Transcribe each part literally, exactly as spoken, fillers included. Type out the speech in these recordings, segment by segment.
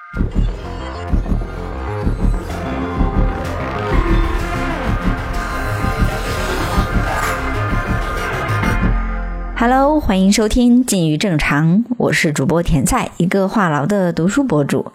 Hello， 欢迎收听近于正常，我是主播甜菜，一个话痨的读书博主。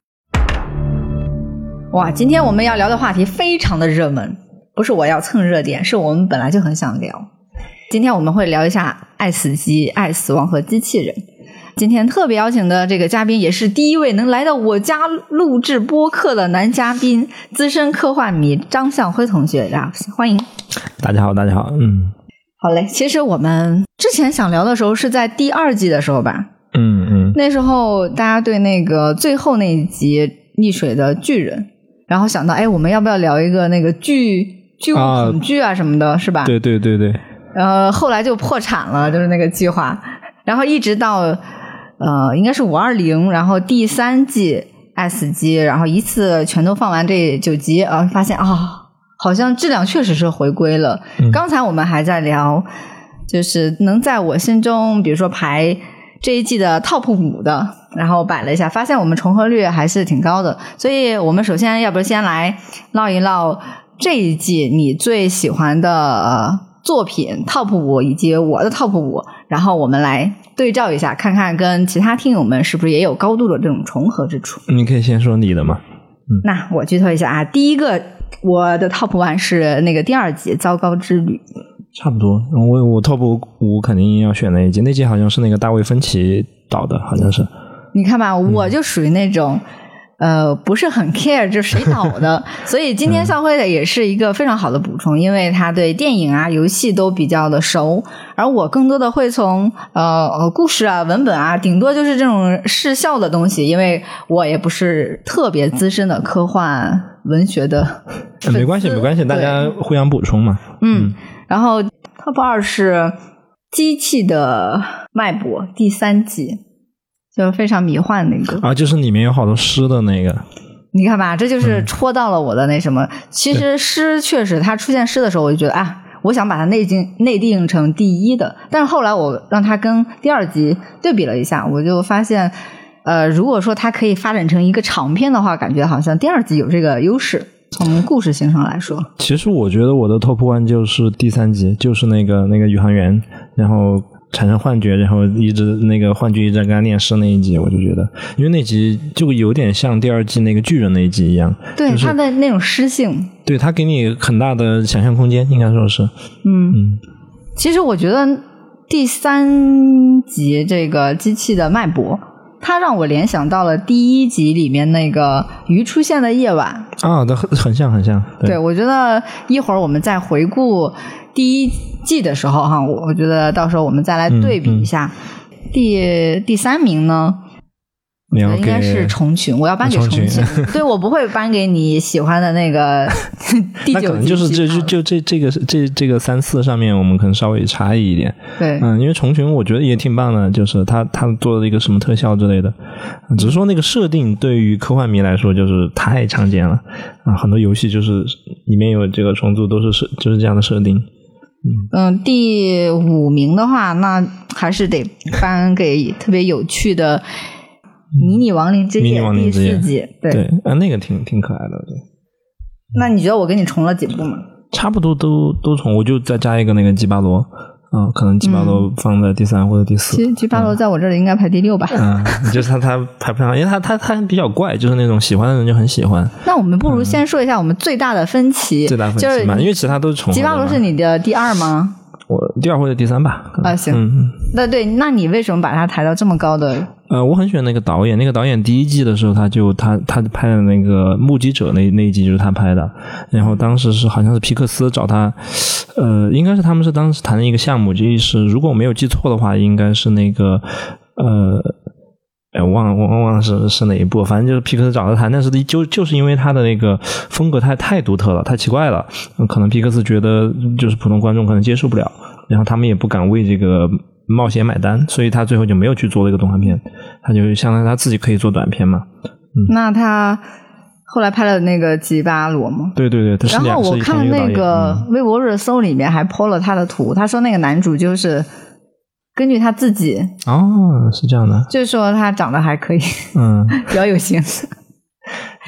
哇，今天我们要聊的话题非常的热门，不是我要蹭热点，是我们本来就很想聊。今天我们会聊一下爱死机、爱死亡和机器人。今天特别邀请的这个嘉宾，也是第一位能来到我家录制播客的男嘉宾，资深科幻迷张向辉同学，欢迎。 大家好，大家好，嗯， 好嘞。其实我们之前想聊的时候是在第二季的时候吧， 嗯嗯， 那时候大家对那个最后那一集溺水的巨人，然后想到，哎，我们要不要聊一个那个巨巨物恐惧啊什么的，啊、是吧？ 对对对对。 呃，后来就破产了，就是那个计划，然后一直到呃，应该是五二零，然后第三季爱死机，然后一次全都放完这九集，啊、呃，发现啊、哦，好像质量确实是回归了。嗯、刚才我们还在聊，就是能在我心中，比如说排这一季的 top 五的，然后摆了一下，发现我们重合率还是挺高的，所以我们首先要不先来唠一唠这一季你最喜欢的。呃作品 top 五以及我的 top 五，然后我们来对照一下，看看跟其他听友们是不是也有高度的这种重合之处。 你可以先说你的嘛。 嗯，那我剧透一下啊，第一个我的 top one 是那个第二集糟糕之旅。 差不多，我我 top 五肯定要选那一集，那集好像是那个大卫芬奇导的，好像是。 你看吧，我就属于那种。呃，不是很 care 这谁导的，所以今天向辉的也是一个非常好的补充，因为他对电影啊、游戏都比较的熟，而我更多的会从呃故事啊、文本啊，顶多就是这种视效的东西，因为我也不是特别资深的科幻文学的粉丝。 没关系，没关系，大家互相补充嘛。 嗯，嗯然后 top 二是机器的脉搏第三集。就非常迷幻那个啊，就是里面有好多诗的那个， 你看吧，这就是戳到了我的那什么。嗯、其实诗确实，它出现诗的时候，我就觉得啊，我想把它内定内定成第一的。但是后来我让它跟第二集对比了一下，我就发现，呃，如果说它可以发展成一个长篇的话，感觉好像第二集有这个优势。从故事性上来说， 其实我觉得我的 top one 就是第三集，就是那个那个宇航员，然后。产生幻觉，然后一直那个幻觉一直在跟他念诗那一集，我就觉得，因为那集就有点像第二季那个巨人那一集一样， 对、 就是、 他的那种诗性， 对他给你很大的想象空间，应该说是， 嗯嗯。其实我觉得第三集这个机器的脉搏，它让我联想到了第一集里面那个鱼出现的夜晚啊，很很像很像。 对，对我觉得一会儿我们再回顾。第一季的时候哈，我觉得到时候我们再来对比一下。嗯嗯、第第三名呢，我觉得应该是虫群，我要颁给虫群。对，我不会颁给你喜欢的那个第九季。 那可能就是这就就这这个这这个三四上面我们可能稍微差异一点。 对， 嗯，因为虫群我觉得也挺棒的，就是他他做了一个什么特效之类的，只是说那个设定对于科幻迷来说就是太常见了啊，很多游戏就是里面有这个虫族都是设就是这样的设定。 嗯, 嗯，第五名的话，那还是得颁给特别有趣的《迷你亡灵之夜》第四季。对对，啊，那个挺挺可爱的。对， 那你觉得我给你重了几部吗？ 差不多都都重，我就再加一个那个基巴罗。嗯，可能基巴罗放在第三或者第四。 其实基巴罗在我这里应该排第六吧。 嗯，就是他他排不上，因为他他他比较怪，就是那种喜欢的人就很喜欢。 那我们不如先说一下我们最大的分歧。 嗯、最大分歧嘛，因为其他都是重合的。 基巴罗是你的第二吗？ 我第二或者第三吧。 啊，行。 嗯， 那对，那你为什么把他抬到这么高的？ 呃，我很喜欢那个导演，那个导演第一季的时候，他就他他拍的那个《目击者》那那一集就是他拍的，然后当时是好像是皮克斯找他，呃，应该是他们是当时谈的一个项目，就是如果我没有记错的话，应该是那个呃。哎，我忘了，我忘了是是哪一部，反正就是皮克斯找他谈，但是就就是因为他的那个风格太太独特了，太奇怪了，可能皮克斯觉得就是普通观众可能接受不了，然后他们也不敢为这个冒险买单，所以他最后就没有去做这个动画片，他就相当于他自己可以做短片嘛。嗯， 那他后来拍了那个吉巴罗吗？ 对对对，他是然后我看那个微博热搜里面还 po 了他的图，他说那个男主就是根据他自己哦，是这样的， 就是说他长得还可以， 嗯， 比较有型。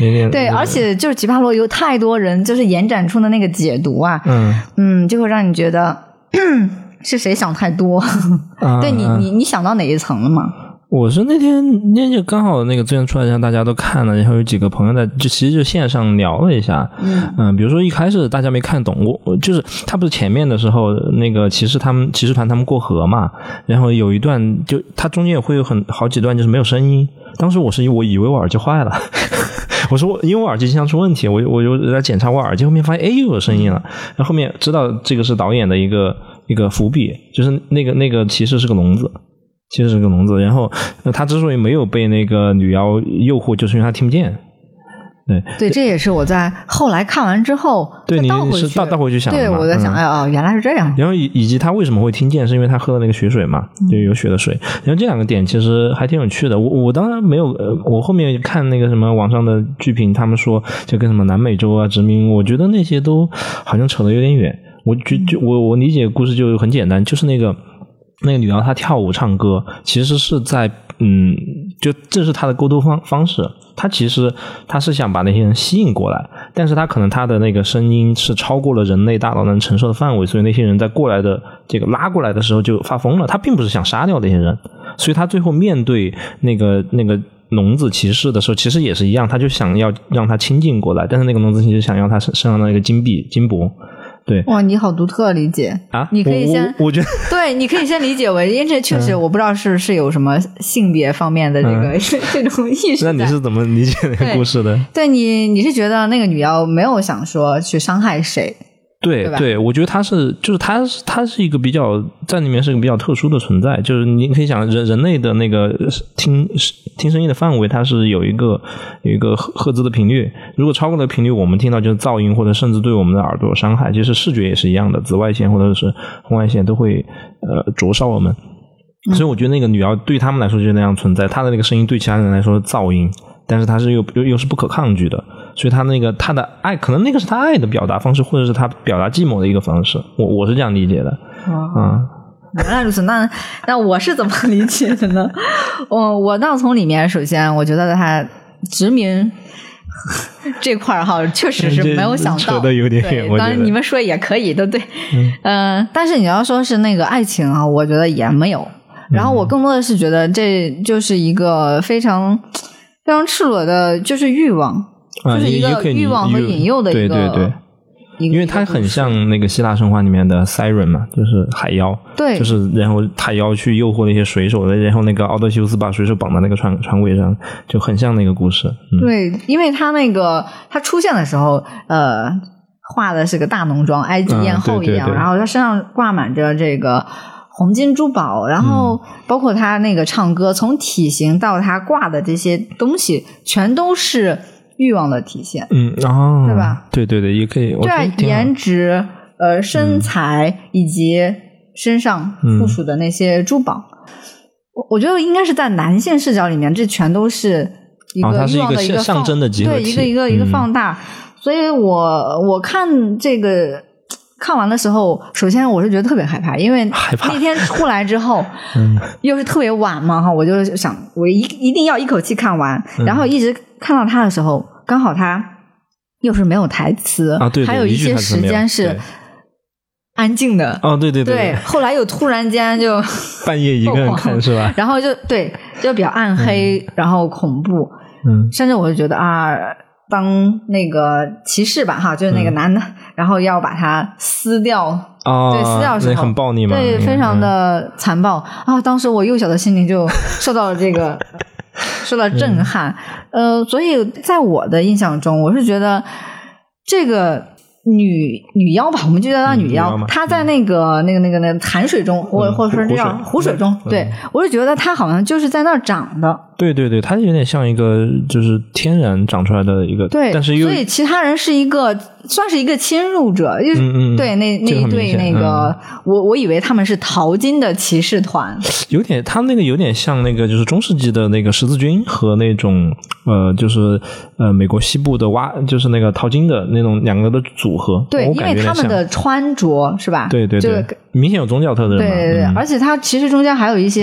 对，而且就是吉帕罗有太多人就是延展出的那个解读啊， 嗯嗯，就会让你觉得是谁想太多。 啊、 对你你你想到哪一层了吗？ 我是那天那就刚好那个资源出来，让大家都看了，然后有几个朋友在就其实就线上聊了一下，嗯、呃、比如说一开始大家没看懂，我我就是他不是前面的时候那个骑士他们骑士团他们过河嘛，然后有一段就他中间也会有很好几段就是没有声音，当时我是我以为我耳机坏了。我说我因为我耳机经常出问题，我我就在检查我耳机，后面发现哎又有声音了，然后后面知道这个是导演的一个一个伏笔，就是那个那个骑士是个聋子。其实是个聋子，然后他之所以没有被那个女妖诱惑，就是因为他听不见。对对，这也是我在后来看完之后， 对你倒回去是倒倒回去想的嘛， 对，我在想，哎、嗯、哦，原来是这样。 然后以以及他为什么会听见，是因为他喝了那个血水嘛，就有血的水。然后这两个点其实还挺有趣的。我我当然没有，呃，我后面看那个什么网上的剧评，他们说就跟什么南美洲啊殖民，我觉得那些都好像扯得有点远。我就就我我理解故事就很简单，就是那个。那个女妖她跳舞唱歌其实是在嗯，就这是她的沟通方方式，她其实她是想把那些人吸引过来，但是她可能她的那个声音是超过了人类大脑能承受的范围，所以那些人在过来的这个拉过来的时候就发疯了，她并不是想杀掉那些人，所以她最后面对那个那个聋子骑士的时候其实也是一样，她就想要让他亲近过来，但是那个聋子骑士想要他身上的那个金币金箔。对， 哇，你好独特的理解啊！ 你可以先， 我, 我, 我觉得对，你可以先理解为，因为这确实我不知道是、嗯、是有什么性别方面的这个、嗯、这种意识。 那你是怎么理解那个故事的？ 对, 对你，你是觉得那个女妖没有想说去伤害谁？ 对对, 对，我觉得他是，就是他，他是一个比较在里面是一个比较特殊的存在，就是你可以想人人类的那个听听声音的范围，它是有一个有一个赫兹的频率，如果超过了频率，我们听到就是噪音，或者甚至对我们的耳朵有伤害。其实视觉也是一样的，紫外线或者是红外线都会呃灼烧我们。所以我觉得那个女妖对他们来说就是那样存在，她的那个声音对其他人来说是噪音，但是她是又又又是不可抗拒的。所以他那个他的爱，可能那个是他爱的表达方式，或者是他表达寂寞的一个方式。我我是这样理解的。 嗯，原来如此。那那我是怎么理解的呢？我我倒从里面，首先我觉得他殖民这块儿哈，确实是没有想到， 扯得有点远。 当然你们说也可以，对不对？嗯、呃，但是你要说是那个爱情啊，我觉得也没有。然后我更多的是觉得这就是一个非常非常赤裸的，就是欲望。就是一个欲望和引诱的一个， 对对对，因为它很像那个希腊神话里面的 Siren 嘛，就是海妖， 对， 就是然后海妖去诱惑那些水手的，然后那个奥德修斯把水手绑在那个船船尾上，就很像那个故事。嗯、 对，因为他那个他出现的时候，呃，画的是个大浓妆，埃及艳后一样，嗯、对对对，然后他身上挂满着这个黄金珠宝，然后包括他那个唱歌，从体型到他挂的这些东西，全都是欲望的体现， 嗯，哦， 对吧？ 对对对，也可以。 对啊，颜值、呃，身材、嗯、以及身上附属的那些珠宝，嗯、我我觉得应该是在男性视角里面，这全都是一个欲望的一个、 哦、象征的集合体， 对，一个一个一个放大。嗯、所以我我看这个看完的时候，首先我是觉得特别害怕，因为那天出来之后，嗯、又是特别晚嘛哈，我就想我一一定要一口气看完，嗯、然后一直看到他的时候，刚好他又是没有台词， 啊、对对， 还有一些时间是安静的。 哦，对对对, 对，后来又突然间就半夜一个人看是吧？ 然后就对，就比较暗黑，嗯、然后恐怖， 嗯， 甚至我就觉得啊。当那个骑士吧哈，就是那个男的，嗯、然后要把他撕掉， 哦、 对，撕掉的时候， 那很暴力嘛， 对，非常的残暴啊！当时我幼小的心灵就受到了这个受到震撼，嗯、呃，所以在我的印象中，我是觉得这个女女妖吧，我们就叫她女妖，嗯、她在那个、嗯、那个那个那个潭水中，或、嗯、或者说这样湖水中，对、嗯、我是觉得她好像就是在那儿长的。 对对对，它有点像一个就是天然长出来的一个， 对， 但是又所以其他人是一个算是一个侵入者，就是、 嗯嗯、 对那那一对那个，嗯、我我以为他们是淘金的骑士团， 有点他们那个有点像那个就是中世纪的那个十字军和那种呃就是呃美国西部的挖就是那个淘金的那种两个的组合， 对，因为他们的穿着是吧？ 对对对，明显有宗教特征嘛， 对对对， 嗯、 而且它其实中间还有一些。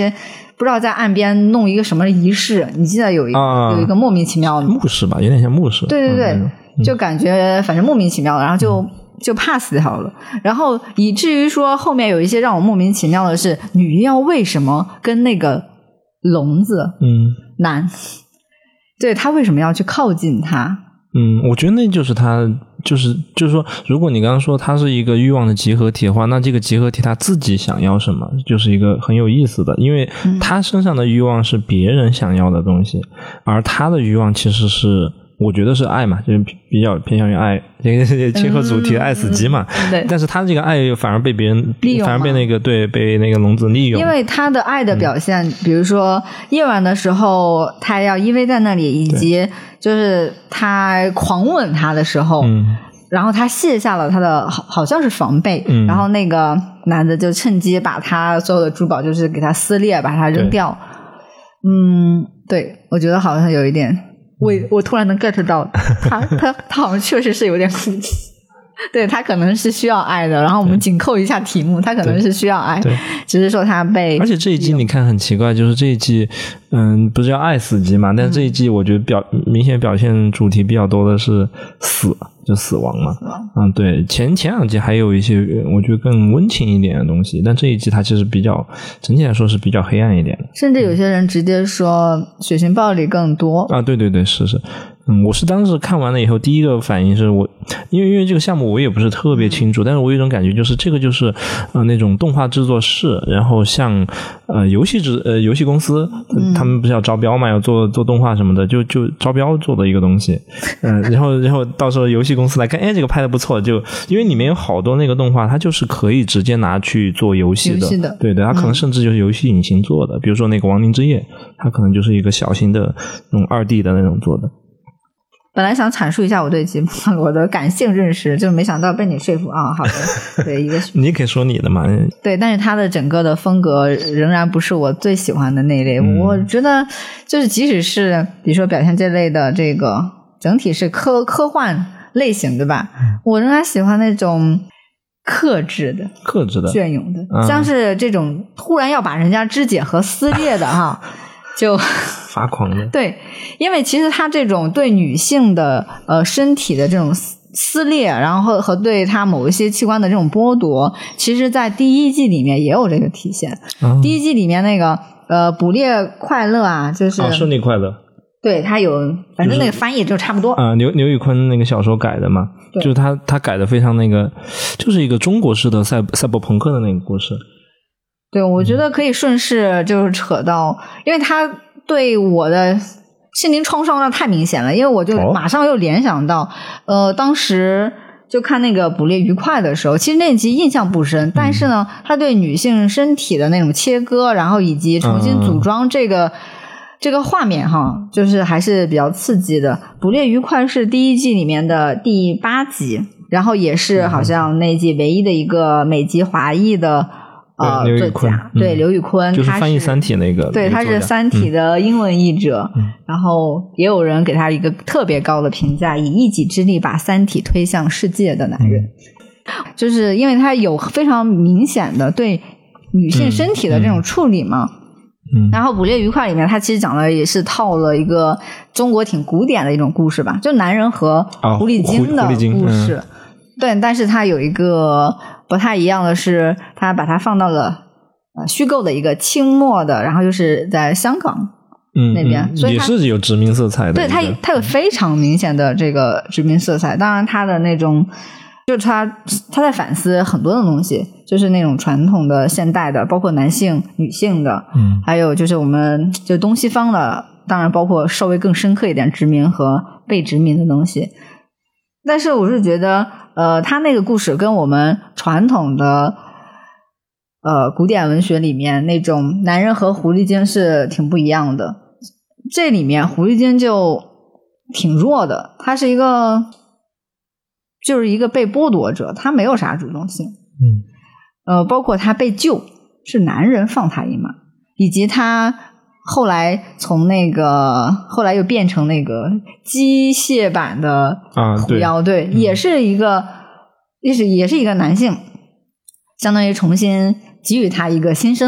不知道在岸边弄一个什么仪式，你记得有一个、啊、有一个莫名其妙的牧师吧，有点像牧师。 对对对， 嗯嗯、就感觉反正莫名其妙的，然后就、嗯、就 pass 掉了。然后以至于说后面有一些让我莫名其妙的是，女妖为什么跟那个聋子嗯男，对他为什么要去靠近他？ 嗯，我觉得那就是他，就是就是说，如果你刚刚说他是一个欲望的集合体的话，那这个集合体他自己想要什么，就是一个很有意思的，因为他身上的欲望是别人想要的东西，而他的欲望其实是，我觉得是爱嘛，就是比较偏向于爱，这个切合主题的爱死机嘛。 嗯、对。 但是他这个爱反而被别人利用， 反而被那个对被那个聋子利用。 因为他的爱的表现，嗯、比如说夜晚的时候，他要依偎在那里，以及就是他狂吻他的时候， 嗯。 然后他卸下了他的好好像是防备、 嗯， 然后那个男的就趁机把他所有的珠宝就是给他撕裂，把他扔掉。嗯，对，我觉得好像有一点，我我突然能 get 到他他他好像确实是有点苦。对，他可能是需要爱的，然后我们紧扣一下题目，他可能是需要爱， 对， 只是说他被。 而且这一季你看很奇怪，就是这一季，嗯，不是叫爱死机嘛？但是这一季我觉得表、嗯、明显表现主题比较多的是死，就死亡嘛。嗯，对，前前两季还有一些我觉得更温情一点的东西，但这一季它其实比较整体来说是比较黑暗一点的， 甚至有些人直接说血腥暴力更多啊！对对对，是是。嗯，我是当时看完了以后，第一个反应是我，因为因为这个项目我也不是特别清楚，但是我有一种感觉，就是这个就是呃那种动画制作室，然后像呃游戏制呃游戏公司、嗯，他们不是要招标嘛，要做做动画什么的，就就招标做的一个东西，嗯、呃，然后然后到时候游戏公司来看，哎，这个拍的不错，就因为里面有好多那个动画，它就是可以直接拿去做游戏的， 游戏的对对，它可能甚至就是游戏引擎做的，嗯、比如说那个《亡灵之夜》，它可能就是一个小型的那种二 D 的那种做的。 本来想阐述一下我对吉卜我的感性认识，就没想到被你说服啊！好的，对一个你可以说你的嘛， 对，但是他的整个的风格仍然不是我最喜欢的那一类。嗯、我觉得就是即使是比如说表现这类的这个整体是科科幻类型对吧？嗯、我仍然喜欢那种克制的、 克制的、 隽永的， 嗯、 像是这种突然要把人家肢解和撕裂的哈。就发狂的， 对，因为其实他这种对女性的呃身体的这种撕裂，然后和对他某一些器官的这种剥夺，其实在第一季里面也有这个体现。嗯、第一季里面那个呃捕猎快乐啊，就是哦顺利快乐， 对他有，反正那个翻译就差不多啊、就是呃。刘刘宇昆那个小说改的嘛，就是他他改的非常那个，就是一个中国式的赛赛博朋克的那个故事。 对，我觉得可以顺势就是扯到，因为他对我的心灵创伤太明显了，因为我就马上又联想到，哦、呃，当时就看那个捕猎愉快的时候，其实那集印象不深，嗯、但是呢，他对女性身体的那种切割，然后以及重新组装这个、嗯、这个画面哈，就是还是比较刺激的。捕猎愉快是第一季里面的第八集，然后也是好像那季唯一的一个美籍华裔的。呃，作家对刘宇昆， 就是翻译《三体》那个， 对，他是《三体》的英文译者， 嗯、 然后也有人给他一个特别高的评价，以一己之力把《三体》推向世界的男人，嗯、就是因为他有非常明显的对女性身体的这种处理嘛。 嗯， 然后《捕猎愉快》里面，他其实讲的也是套了一个中国挺古典的一种故事吧，就男人和狐狸精的故事。哦、对，但是他有一个不太一样的是，他把它放到了呃虚构的一个清末的，然后就是在香港那边， 嗯嗯、 所以也是有殖民色彩的。 对，它它有非常明显的这个殖民色彩。当然，它的那种就是他他在反思很多的东西，就是那种传统的、现代的，包括男性、女性的， 嗯， 还有就是我们就东西方的，当然包括稍微更深刻一点殖民和被殖民的东西。但是我是觉得，呃，他那个故事跟我们传统的呃古典文学里面那种男人和狐狸精是挺不一样的。这里面狐狸精就挺弱的，他是一个就是一个被剥夺者，他没有啥主动性。 嗯， 呃，包括他被救是男人放他一马，以及他后来从那个后来又变成那个机械版的狐妖， 啊、 对， 对、 嗯，也是一个也是也是一个男性，相当于重新给予他一个新生，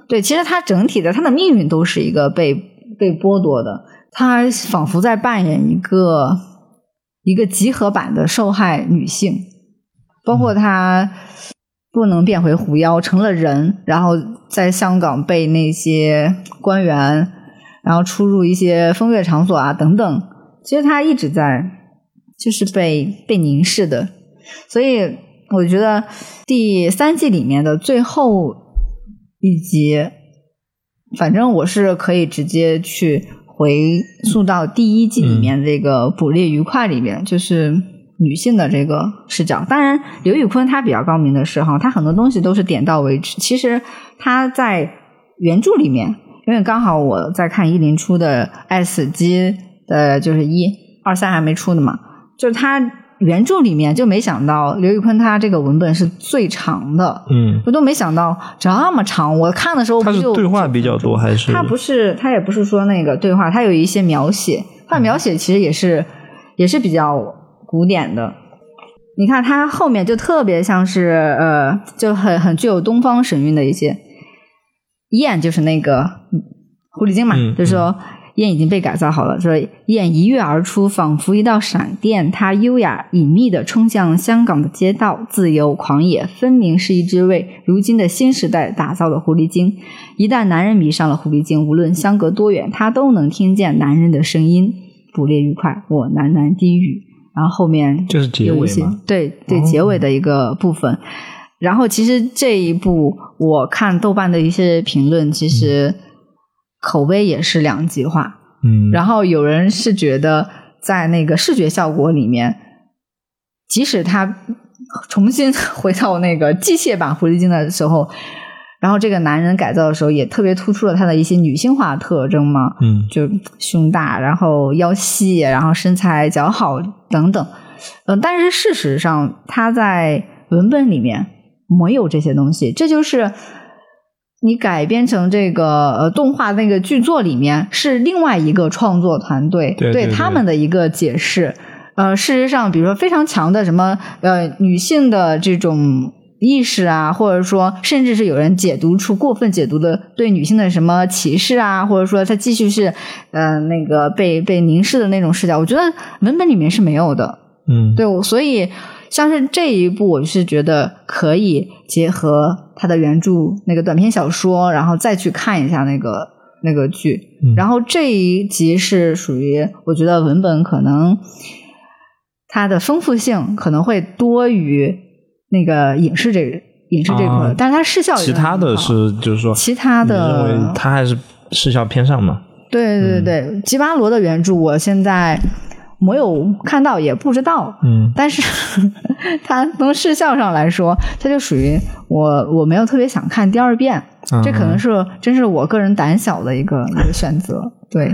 对，其实他整体的他的命运都是一个被被剥夺的，他仿佛在扮演一个一个集合版的受害女性，包括他不能变回狐妖，成了人，然后在香港被那些官员，然后出入一些风月场所啊等等，其实他一直在就是被被凝视的。所以我觉得第三季里面的最后一集，反正我是可以直接去回溯到第一季里面这个捕猎愉快里面、嗯、就是女性的这个视角。当然刘宇昆他比较高明的是哈，他很多东西都是点到为止。其实他在原著里面，因为刚好我在看依林出的爱死机的就是一二三还没出的嘛，就是他原著里面就没想到刘宇昆他这个文本是最长的， 嗯， 我都没想到这么长。我看的时候不就他是对话比较多还是？ 他不是，他也不是说那个对话，他有一些描写，他描写其实也是、嗯、也是比较古典的。你看他后面就特别像是呃，就很很具有东方神韵的一些燕，就是那个狐狸精嘛， 嗯、 就是说。嗯燕已经被改造好了，说燕一跃而出，仿佛一道闪电，它优雅隐秘地冲向香港的街道，自由狂野，分明是一只为如今的新时代打造的狐狸精。一旦男人迷上了狐狸精，无论相隔多远，他都能听见男人的声音。捕猎愉快，我喃喃低语。然后后面就是结尾吗？ 对对，结尾的一个部分。哦、然后其实这一部我看豆瓣的一些评论，其实、嗯口碑也是两极化， 嗯， 然后有人是觉得在那个视觉效果里面，即使他重新回到那个机械版狐狸精的时候，然后这个男人改造的时候也特别突出了他的一些女性化特征嘛， 嗯， 就胸大，然后腰细，然后身材姣好等等，嗯、呃，但是事实上他在文本里面没有这些东西，这就是你改编成这个呃动画那个剧作里面是另外一个创作团队对, 对, 对他们的一个解释。呃，事实上比如说非常强的什么呃女性的这种意识啊，或者说甚至是有人解读出过分解读的对女性的什么歧视啊，或者说她继续是呃那个被被凝视的那种视角，我觉得文本里面是没有的。 嗯， 对，所以像是这一部我是觉得可以结合他的原著那个短篇小说，然后再去看一下那个那个剧、嗯、然后这一集是属于我觉得文本可能它的丰富性可能会多于那个影视这影视这块、啊、但是它视效也其他的是就是说其他的你认为它还是视效偏上嘛？ 对对对、嗯、吉巴罗的原著我现在没有看到也不知道， 嗯， 但是它从视效上来说，它就属于我我没有特别想看第二遍，嗯、这可能是真是我个人胆小的一个一个选择。对。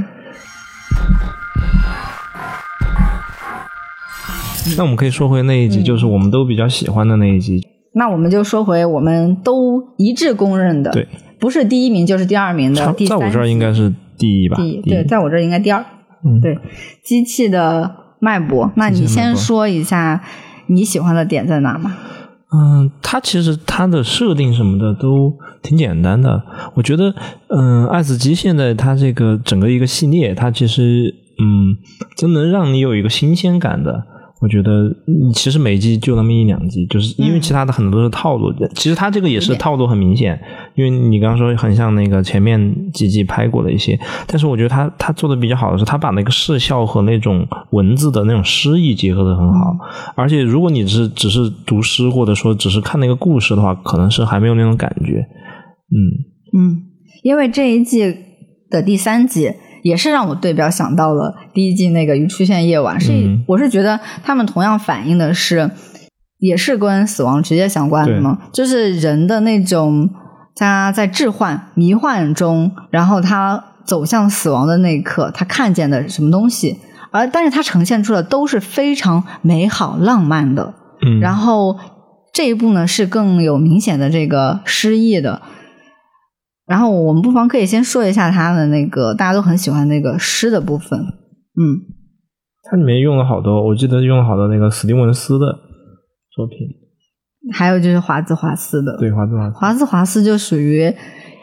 那我们可以说回那一集、嗯，就是我们都比较喜欢的那一集。 那我们就说回我们都一致公认的， 对， 不是第一名就是第二名的。第三在我这儿应该是第一吧？ 第一，对，在我这儿应该第二。 嗯， 对，机器的脉搏。那你先说一下你喜欢的点在哪吗？ 嗯，它其实它的设定什么的都挺简单的。我觉得，嗯，爱死机现在它这个整个一个系列，它其实嗯，真能让你有一个新鲜感的。我觉得其实每集就那么一两集，就是因为其他的很多都是套路、嗯、其实它这个也是套路很明显，因为你刚刚说很像那个前面几集拍过的一些，但是我觉得它它做的比较好的是它把那个视效和那种文字的那种诗意结合的很好、嗯、而且如果你是只是读诗或者说只是看那个故事的话，可能是还没有那种感觉。嗯嗯，因为这一季的第三集也是让我对标想到了第一季那个一出现夜晚，是、嗯、我是觉得他们同样反映的是也是跟死亡直接相关的嘛，就是人的那种他在置换迷幻中，然后他走向死亡的那一刻他看见的什么东西，而但是他呈现出的都是非常美好浪漫的、 嗯、 然后这一部呢是更有明显的这个诗意的。然后我们不妨可以先说一下他的那个大家都很喜欢那个诗的部分。嗯， 它里面用了好多，我记得用了好多那个史蒂文斯的作品， 还有就是华兹华斯的。 对，华兹华斯， 华兹华斯就属于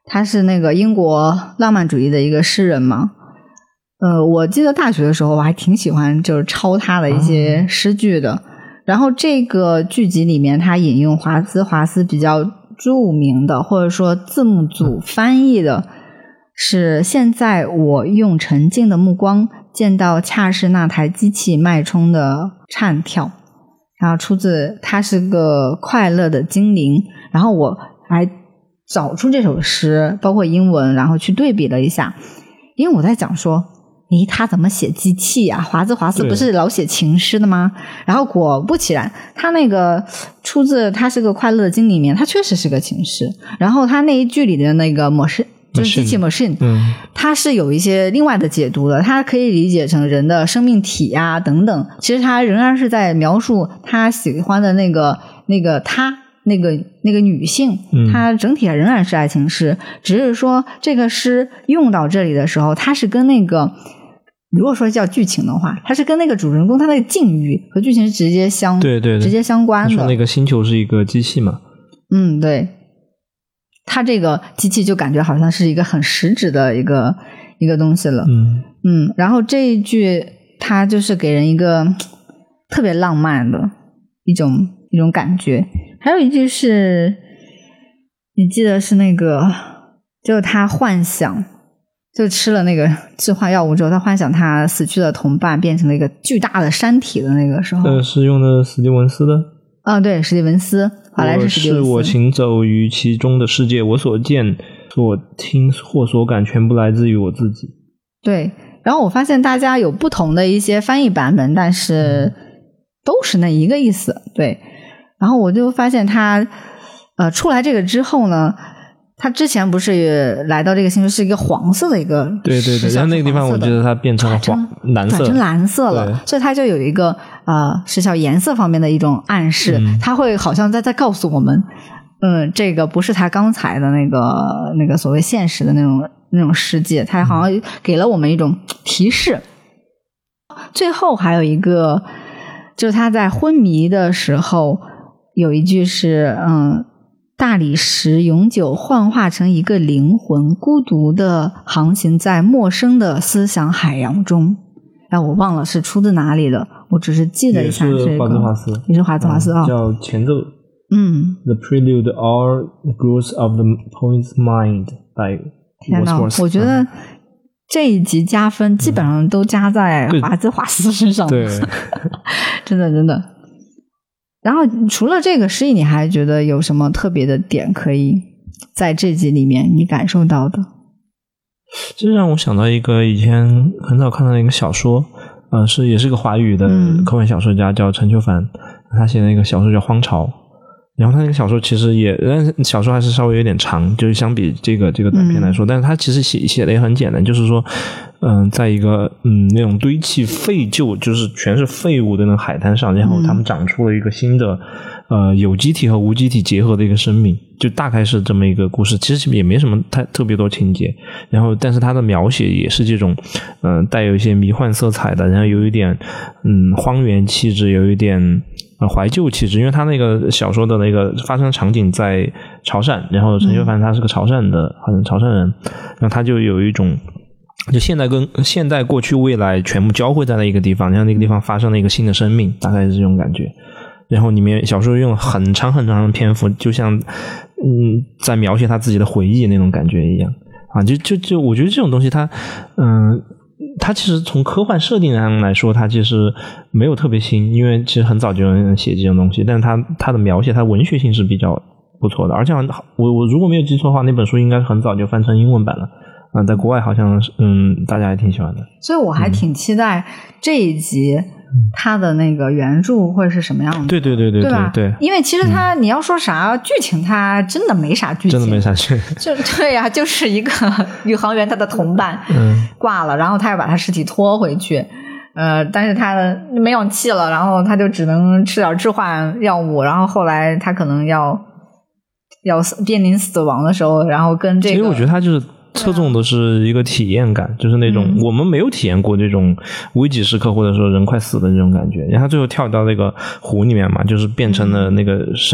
他是那个英国浪漫主义的一个诗人嘛。呃，我记得大学的时候我还挺喜欢就是抄他的一些诗句的。哦、然后这个剧集里面他引用华兹华斯比较著名的或者说字幕组翻译的是现在我用沉静的目光见到恰是那台机器脉冲的颤跳，然后出自他是个快乐的精灵。然后我还找出这首诗包括英文然后去对比了一下，因为我在讲说诶他怎么写机器啊，华兹华斯不是老写情诗的吗？然后果不其然他那个出自他是个快乐的精灵里面他确实是个情诗，然后他那一句里的那个 machine 就是机器 machine、嗯、它是有一些另外的解读的，它可以理解成人的生命体啊等等，其实它仍然是在描述他喜欢的那个那个他那个那个女性，它整体仍然是爱情诗、嗯、只是说这个诗用到这里的时候它是跟那个如果说叫剧情的话，它是跟那个主人公他那个境遇和剧情是直接相对对对直接相关的。 说那个星球是一个机器嘛？ 嗯，对，它这个机器就感觉好像是一个很实质的一个一个东西了。 嗯嗯，然后这一句它就是给人一个特别浪漫的一种一种感觉。还有一句是你记得是那个就是他幻想就吃了那个致幻药物之后，他幻想他死去的同伴变成了一个巨大的山体的那个时候。 呃，是用的史蒂文斯的。 啊、哦，对，史蒂文斯，华莱士史蒂文斯。 是我行走于其中的世界，我所见、所听或所感，全部来自于我自己。 对，然后我发现大家有不同的一些翻译版本，但是都是那一个意思。对，然后我就发现他呃出来这个之后呢。他之前不是来到这个星球是一个黄色的一个， 对对对，然后那个地方我觉得它变成了黄蓝色， 转成蓝色了，所以它就有一个呃视效颜色方面的一种暗示，嗯、它会好像在在告诉我们，嗯，这个不是他刚才的那个那个所谓现实的那种那种世界，它好像给了我们一种提示。嗯、最后还有一个，就是他在昏迷的时候有一句是嗯。大理石永久幻化成一个灵魂，孤独的航行在陌生的思想海洋中。哎，我忘了是出自哪里的，我只是记得一下这个。 也是华兹华斯， 也是华兹华斯啊、 嗯，叫前奏。 嗯 ，The Prelude or the Growth of the Poet's Mind by 天哪，我觉得这一集加分基本上都加在华兹华斯身上。 对， 真的真的。然后除了这个诗意，你还觉得有什么特别的点可以在这集里面你感受到的？ 这让我想到一个以前很早看到的一个小说，呃，是也是个华语的科幻小说家，嗯、叫陈秋帆，他写的一个小说叫《荒潮》。然后他那个小说其实也，但是小说还是稍微有点长，就是相比这个这个短片来说，嗯、但是他其实写写的也很简单，就是说，嗯、呃，在一个嗯那种堆砌废旧，就是全是废物的那种海滩上，然后他们长出了一个新的呃有机体和无机体结合的一个生命，就大概是这么一个故事。其实也没什么太特别多情节，然后但是他的描写也是这种嗯、呃、带有一些迷幻色彩的，然后有一点嗯荒原气质，有一点。呃，怀旧气质，因为他那个小说的那个发生场景在潮汕，然后陈秋帆他是个潮汕的，好像潮汕人，然后他就有一种，就现代跟现代、过去、未来全部交汇在了一个地方，然后那个地方发生了一个新的生命，大概是这种感觉。然后里面小说用了很长很长的篇幅，就像嗯在描写他自己的回忆那种感觉一样啊，就就就我觉得这种东西它嗯。呃它其实从科幻设定上来说，它其实没有特别新，因为其实很早就有人写这种东西，但是它它的描写，它文学性是比较不错的，而且我我如果没有记错的话，那本书应该很早就翻成英文版了，啊、呃，在国外好像嗯大家还挺喜欢的， 所以我还挺期待这一集。嗯他的那个原著会是什么样的？ 对对对对对吧？ 对， 因为其实他、嗯、你要说啥剧情，他真的没啥剧情， 真的没啥剧情。就对呀、啊，就是一个宇航员他的同伴、 嗯、 挂了，然后他要把他尸体拖回去，呃，但是他没氧气了，然后他就只能吃点致幻药物，然后后来他可能要要濒临死亡的时候，然后跟这个， 其实我觉得他就是。侧重的是一个体验感，就是那种我们没有体验过这种危急时刻或者说人快死的这种感觉，然后最后跳到那个湖里面嘛，就是变成了那个生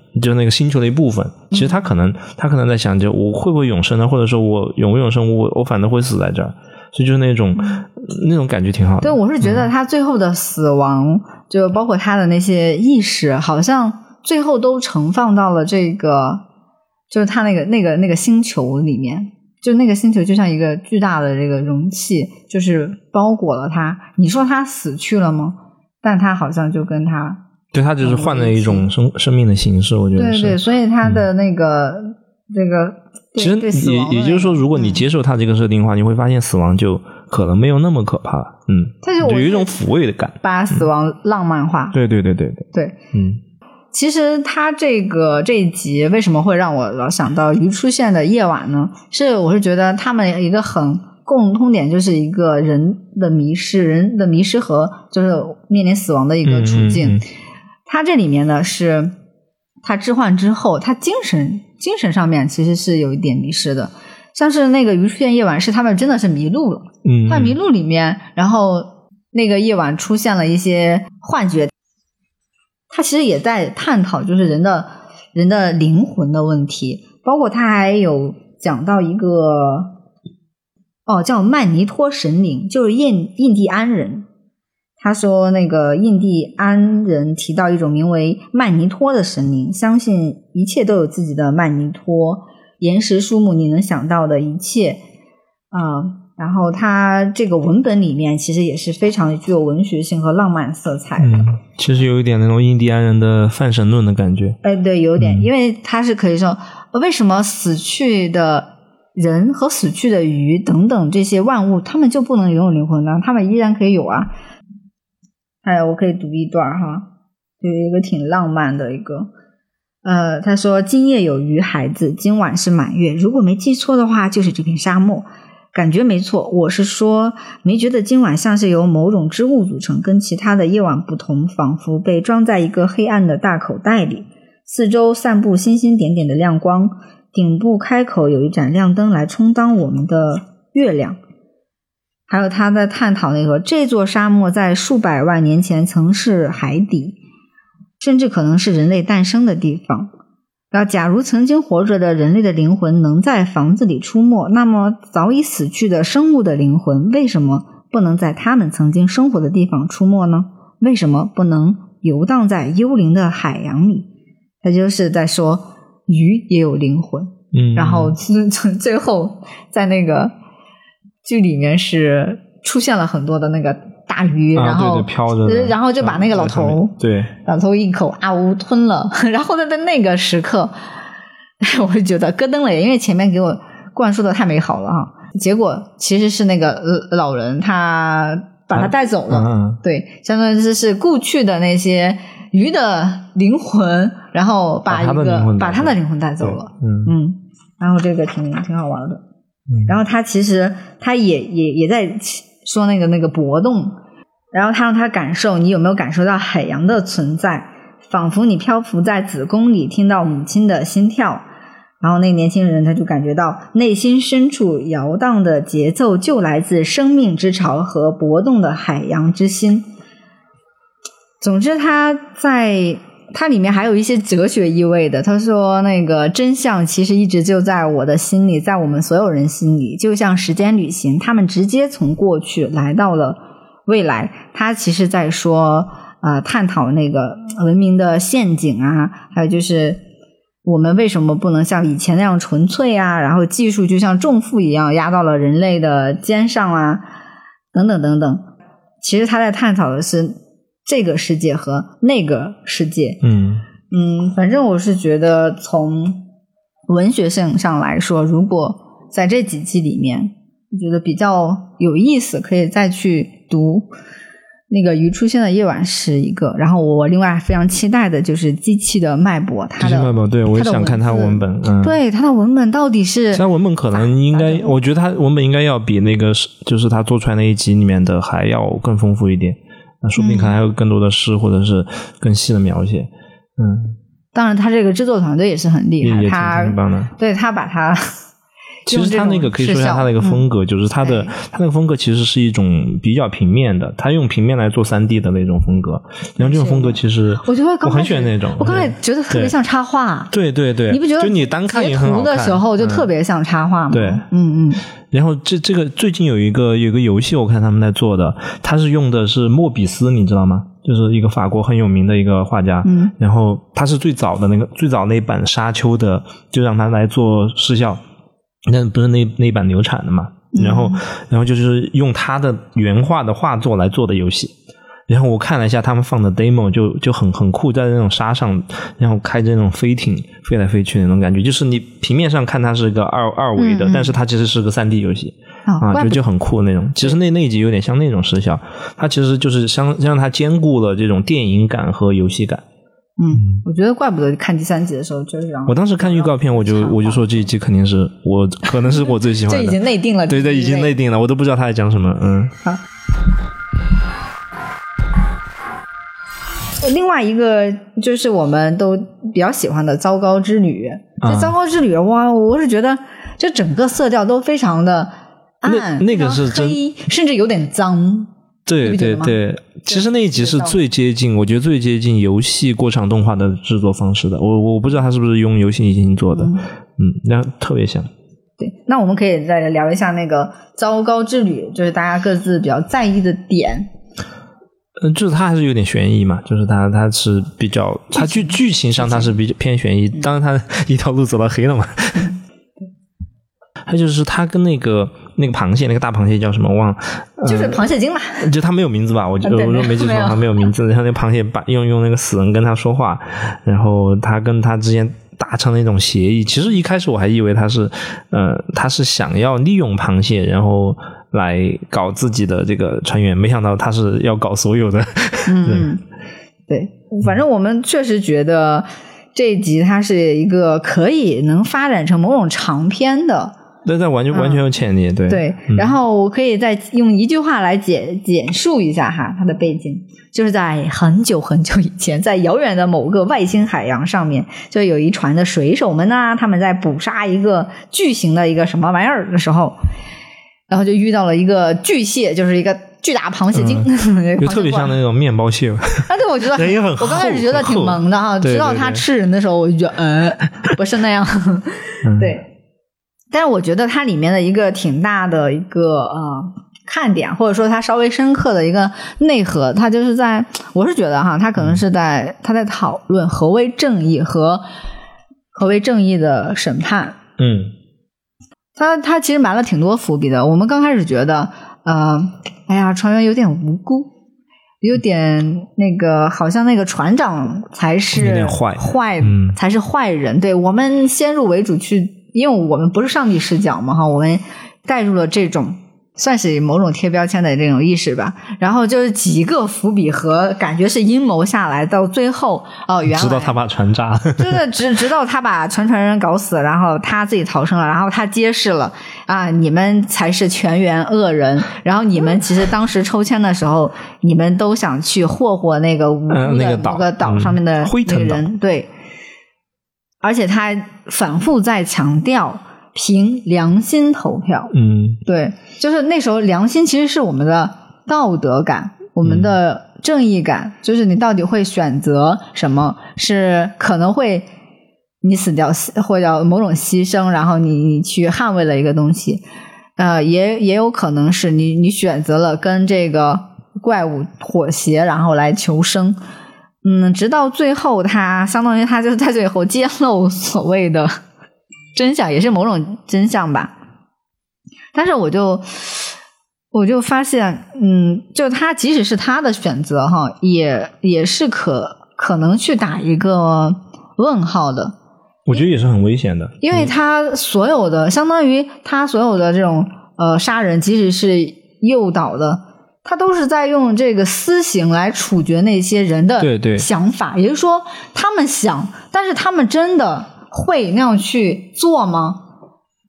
就是那个星球的一部分。其实他可能、嗯、他可能在想，就我会不会永生呢？或者说我永不永生，我我反正会死在这儿。所以就是那种、嗯、那种感觉挺好的。 对，我是觉得他最后的死亡、嗯、就包括他的那些意识好像最后都盛放到了这个就是他那个那个那个星球里面，就那个星球就像一个巨大的这个容器，就是包裹了他。你说他死去了吗？但他好像就跟他对他只是换了一种生生命的形式，我觉得是。 对对，所以他的那个、嗯、这个其实也也就是说，如果你接受他这个设定的话、嗯、你会发现死亡就可能没有那么可怕。嗯， 但是我有一种抚慰的感， 把死亡浪漫化。 嗯、对对对对对对， 嗯。 其实他这个这一集为什么会让我老想到鱼出现的夜晚呢？是我是觉得他们一个很共通点，就是一个人的迷失，人的迷失和就是面临死亡的一个处境。嗯嗯嗯，他这里面呢是他置换之后，他精神精神上面其实是有一点迷失的，像是那个鱼出现夜晚是他们真的是迷路了。 嗯， 他迷路里面，然后那个夜晚出现了一些幻觉。他其实也在探讨就是人的人的灵魂的问题，包括他还有讲到一个哦叫曼尼托神灵，就是印印第安人。他说那个印第安人提到一种名为曼尼托的神灵，相信一切都有自己的曼尼托，岩石树木你能想到的一切啊、呃。然后他这个文本里面其实也是非常具有文学性和浪漫色彩的。 嗯，其实有一点那种印第安人的泛神论的感觉。 哎，对，有点、嗯、因为他是可以说为什么死去的人和死去的鱼等等这些万物他们就不能拥有灵魂呢？他们依然可以有啊。哎，我可以读一段哈，有一个挺浪漫的一个呃，他说今夜有鱼孩子，今晚是满月，如果没记错的话就是这片沙漠。感觉没错，我是说没觉得今晚像是由某种织物组成，跟其他的夜晚不同，仿佛被装在一个黑暗的大口袋里，四周散布星星点点的亮光，顶部开口有一盏亮灯来充当我们的月亮。还有他在探讨那个这座沙漠在数百万年前曾是海底，甚至可能是人类诞生的地方。然后假如曾经活着的人类的灵魂能在房子里出没，那么早已死去的生物的灵魂为什么不能在他们曾经生活的地方出没呢？为什么不能游荡在幽灵的海洋里？他就是在说鱼也有灵魂。 嗯， 然后最后在那个剧里面是出现了很多的那个大鱼， 啊、 然后对对飘着的， 然后就把那个老头， 对， 老头一口啊呜吞了。然后在那个时刻，我就觉得咯噔了，因为前面给我灌输的太美好了哈。结果其实是那个老人他把他带走了， 啊嗯、 对，相当于是故去的那些鱼的灵魂，然后把一个把他的灵魂带走了。 嗯嗯，然后这个挺挺好玩的。嗯，然后他其实他也也也在说那个那个搏动，然后他让他感受你有没有感受到海洋的存在，仿佛你漂浮在子宫里，听到母亲的心跳。然后那个年轻人他就感觉到内心深处摇荡的节奏就来自生命之潮和搏动的海洋之心。总之他在它里面还有一些哲学意味的，他说那个真相其实一直就在我的心里，在我们所有人心里，就像时间旅行，他们直接从过去来到了未来。他其实在说呃，探讨那个文明的陷阱啊，还有就是我们为什么不能像以前那样纯粹啊，然后技术就像重负一样压到了人类的肩上啊，等等等等。其实他在探讨的是这个世界和那个世界。 嗯嗯，反正我是觉得从文学性上来说，如果在这几季里面我觉得比较有意思，可以再去读那个鱼出现的夜晚是一个。然后我另外非常期待的就是机器的脉搏，它的机器脉搏，对，我也想看它文本。嗯， 对，它的文本到底是它文本可能应该，我觉得它文本应该要比那个就是他做出来那一集里面的还要更丰富一点。那说不定可能还有更多的诗或者是更细的描写。嗯， 当然他这个制作团队也是很厉害， 也也他挺棒的。 对，他把他其实他那个可以说一下他那个风格，嗯、就是他的他那个风格其实是一种比较平面的，他用平面来做 三 D 的那种风格。然后这种风格其实我觉得我很喜欢那种， 我刚才觉得特别像插画。 对对对， 你不觉得？ 就你单看也很好看。 截图的时候就特别像插画吗？ 嗯、对， 嗯嗯。 然后这这个最近有一个有一个游戏，我看他们在做的，他是用的是莫比斯，你知道吗？就是一个法国很有名的一个画家， 嗯， 然后他是最早的那个最早那版沙丘的，就让他来做视效，那不是那那版流产的嘛？然后，嗯、然后就是用他的原画的画作来做的游戏。然后我看了一下他们放的 demo， 就就很很酷，在那种沙上，然后开着那种飞艇飞来飞去的那种感觉，就是你平面上看它是个二二维的，嗯嗯但是它其实是个 三 D 游戏、哦、啊，就就很酷那种。其实那那一集有点像那种视效，它其实就是相让它兼顾了这种电影感和游戏感。 嗯，我觉得怪不得看第三集的时候就是让我当时看预告片，我就我就说这一集肯定是我可能是我最喜欢的， 这已经内定了， 对对，已经内定了，我都不知道他在讲什么。嗯， 好。另外一个就是我们都比较喜欢的糟糕之旅，这糟糕之旅哇，我是觉得这整个色调都非常的暗， 那那个是真黑，甚至有点脏。 对对对，其实那一集是最接近，我觉得最接近游戏过场动画的制作方式的。我我不知道他是不是用游戏引擎做的，嗯，嗯那特别像。 对，那我们可以再聊一下那个糟糕之旅，就是大家各自比较在意的点。 嗯，就是它还是有点悬疑嘛，就是它它是比较，它剧剧情上它是比较偏悬疑，当然它一条路走到黑了嘛。它就是它跟那个那个螃蟹，那个大螃蟹叫什么我忘了， 就是螃蟹精嘛， 呃、就它没有名字吧？我觉得我说没记错，它没有名字。然后那个螃蟹把用用那个死人跟他说话，然后他跟他之间达成了一种协议。其实一开始我还以为他是呃他是想要利用螃蟹，然后来搞自己的这个船员，没想到他是要搞所有的。 嗯，对，反正我们确实觉得这一集它是一个可以能发展成某种长篇的。 对，但完全、嗯、完全有潜力，对对、嗯。然后我可以再用一句话来简简述一下哈，它的背景就是在很久很久以前，在遥远的某个外星海洋上面，就有一船的水手们啊，他们在捕杀一个巨型的一个什么玩意儿的时候，然后就遇到了一个巨蟹，就是一个巨大螃蟹精， 就、嗯、特别像那种面包蟹。 啊，对，我觉得人也很厚， 我刚开始觉得挺萌的哈，直到他吃人的时候，我就觉得呃，不是那样。 嗯、 对。但是我觉得它里面的一个挺大的一个呃看点，或者说它稍微深刻的一个内核，它就是在我是觉得哈，它可能是在它在讨论何为正义和何为正义的审判。 嗯， 它它其实埋了挺多伏笔的。我们刚开始觉得呃，哎呀，船员有点无辜，有点那个，好像那个船长才是坏坏、 嗯、 才是坏人。对，我们先入为主去。因为我们不是上帝视角嘛哈，我们带入了这种算是某种贴标签的这种意识吧，然后就是几个伏笔和感觉是阴谋下来，到最后哦，原来直到他把船炸了， 真的直直到他把船船人搞死了，然后他自己逃生了，然后他揭示了啊，你们才是全员恶人，然后你们其实当时抽签的时候，你们都想去霍霍那个无辜的某个岛上面的那个人， 嗯、 对。而且他反复在强调凭良心投票， 嗯， 对，就是那时候良心其实是我们的道德感，我们的正义感，嗯、就是你到底会选择什么，是可能会你死掉或者某种牺牲，然后你你去捍卫了一个东西，呃，也也有可能是你你选择了跟这个怪物妥协，然后来求生。嗯，直到最后他相当于他就是在最后揭露所谓的真相，也是某种真相吧。但是我就我就发现，嗯，就他即使是他的选择哈，也也是可可能去打一个问号的。 我觉得也是很危险的， 因为他所有的、嗯、相当于他所有的这种呃杀人，即使是诱导的，他都是在用这个私刑来处决那些人的想法， 对对， 也就是说他们想，但是他们真的会那样去做吗？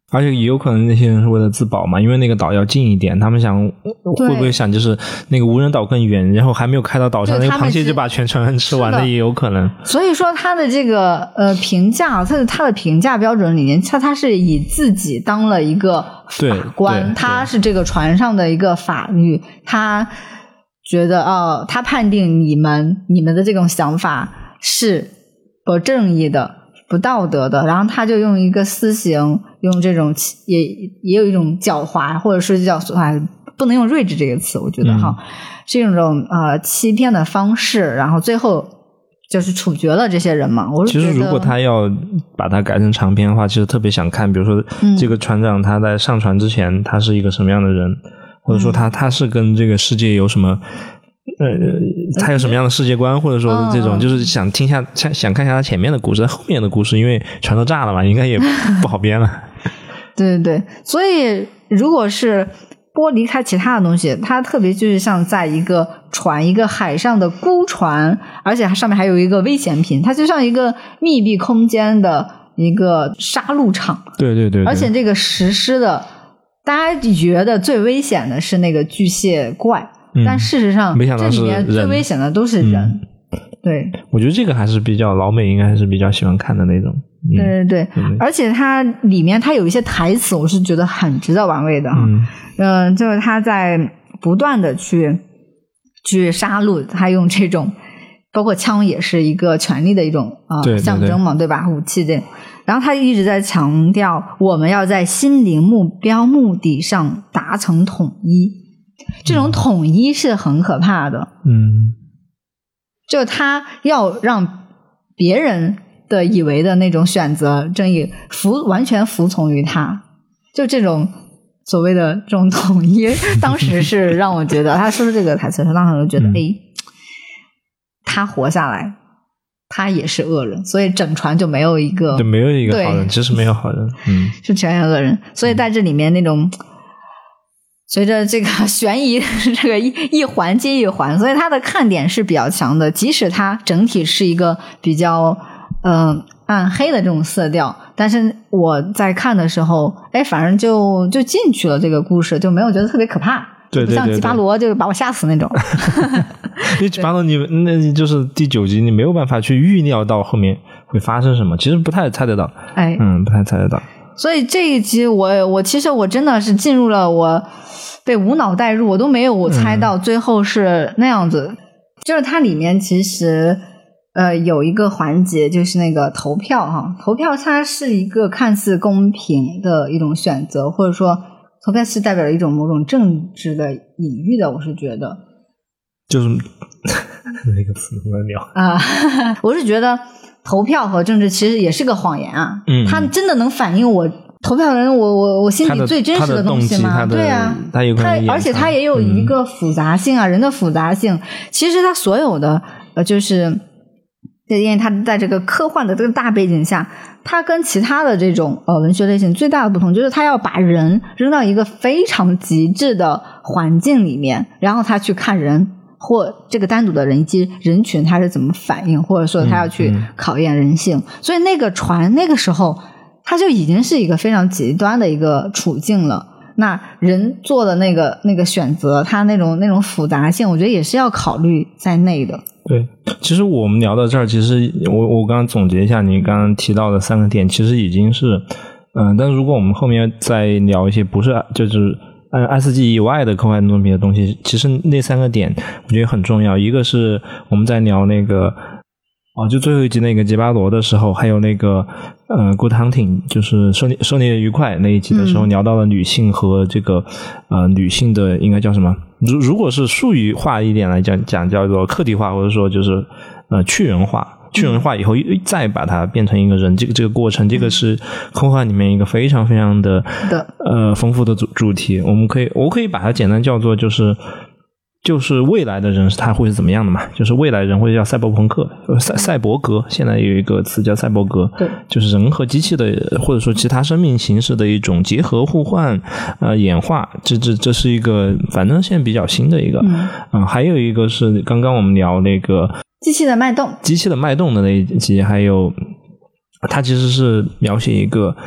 而且也有可能那些人是为了自保嘛，因为那个岛要近一点，他们想会不会想就是那个无人岛更远，然后还没有开到岛上，那个螃蟹就把全船吃完了，也有可能。 所以说他的这个呃评价，他的他的评价标准里面，他他是以自己当了一个法官，他是这个船上的一个法律，他觉得哦，他判定你们你们的这种想法是不正义的。不道德的，然后他就用一个私刑，用这种也也有一种狡猾，或者是叫啊，不能用睿智这个词，我觉得哈，是一种呃欺骗的方式，然后最后就是处决了这些人嘛。我其实如果他要把它改成长篇的话，其实特别想看，比如说这个船长他在上船之前，他是一个什么样的人，或者说他他是跟这个世界有什么。呃，他有什么样的世界观，或者说这种，就是想听下，想想看一下他前面的故事，后面的故事，因为船都炸了嘛，应该也不好编了。 对对对，所以如果是剥离开其他的东西，它特别就是像在一个船，一个海上的孤船，而且它上面还有一个危险品，它就像一个密闭空间的一个杀戮场。 对对 对, 对， 而且这个实施的，大家觉得最危险的是那个巨蟹怪。 嗯、 但事实上， 这里面最危险的都是人。嗯、对， 我觉得这个还是比较老美应该还是比较喜欢看的那种。嗯、 对对 对, 对，而且它里面它有一些台词，我是觉得很值得玩味的哈。嗯、呃，就是他在不断的去去杀戮，他用这种，包括枪也是一个权力的一种啊、呃、象征嘛，对吧？武器的。然后他一直在强调，我们要在心灵目标目的上达成统一。这种统一是很可怕的， 嗯， 就他要让别人的以为的那种选择正义服完全服从于他，就这种所谓的这种统一，当时是让我觉得他说的这个台词，当时我就觉得，哎、嗯，他活下来，他也是恶人，所以整船就没有一个， 对，没有一个好人，其实没有好人，嗯， 是全员恶人，所以在这里面那种。随着这个悬疑这个一一环接一环，所以它的看点是比较强的，即使它整体是一个比较嗯、呃、暗黑的这种色调，但是我在看的时候，哎，反正就就进去了这个故事，就没有觉得特别可怕， 对对对对， 不像吉巴罗就把我吓死那种。 因为吉巴罗你那就是第九集，你没有办法去预料到后面会发生什么，其实不太猜得到， 哎， 嗯，不太猜得到。 所以这一集我我其实我真的是进入了我被无脑带入，我都没有猜到最后是那样子、嗯、就是它里面其实呃有一个环节就是那个投票哈，投票它是一个看似公平的一种选择，或者说投票是代表了一种某种政治的隐喻的，我是觉得就是那个词怎么聊啊？我是觉得投票和政治其实也是个谎言啊，嗯，它真的能反映我投票的人我我我心里最真实的东西吗？对啊， 它有可能它而且它也有一个复杂性啊、嗯、人的复杂性。其实它所有的呃就是因为它在这个科幻的这个大背景下，它跟其他的这种呃文学类型最大的不同就是它要把人扔到一个非常极致的环境里面，然后他去看人或这个单独的人以及人群他是怎么反应，或者说他要去考验人性、嗯嗯、所以那个船那个时候它就已经是一个非常极端的一个处境了，那人做的那个那个选择，它那种那种复杂性我觉得也是要考虑在内的。 对，其实我们聊到这儿，其实我我刚刚总结一下你刚刚提到的三个点，其实已经是嗯、呃，但是如果我们后面再聊一些不是就是按 S G 以外的科幻作品的东西，其实那三个点我觉得很重要。一个是我们在聊那个哦，就最后一集那个杰巴罗的时候，还有那个呃 Good Hunting 就是狩猎狩猎愉快那一集的时候、嗯、聊到了女性和这个呃女性的应该叫什么，如如果是术语化一点来讲讲叫做客体化，或者说就是呃去人化，去人化以后再把它变成一个人，这个这个过程，这个是科幻里面一个非常非常的呃丰富的主主题。我们可以我可以把它简单叫做就是就是未来的人他会是怎么样的嘛，就是未来人会叫赛博朋克赛赛博格，现在有一个词叫赛博格，对，就是人和机器的或者说其他生命形式的一种结合互换呃演化，这这这是一个反正现在比较新的一个嗯、呃，还有一个是刚刚我们聊那个机器的脉动机器的脉动的那一集，还有它其实是描写一个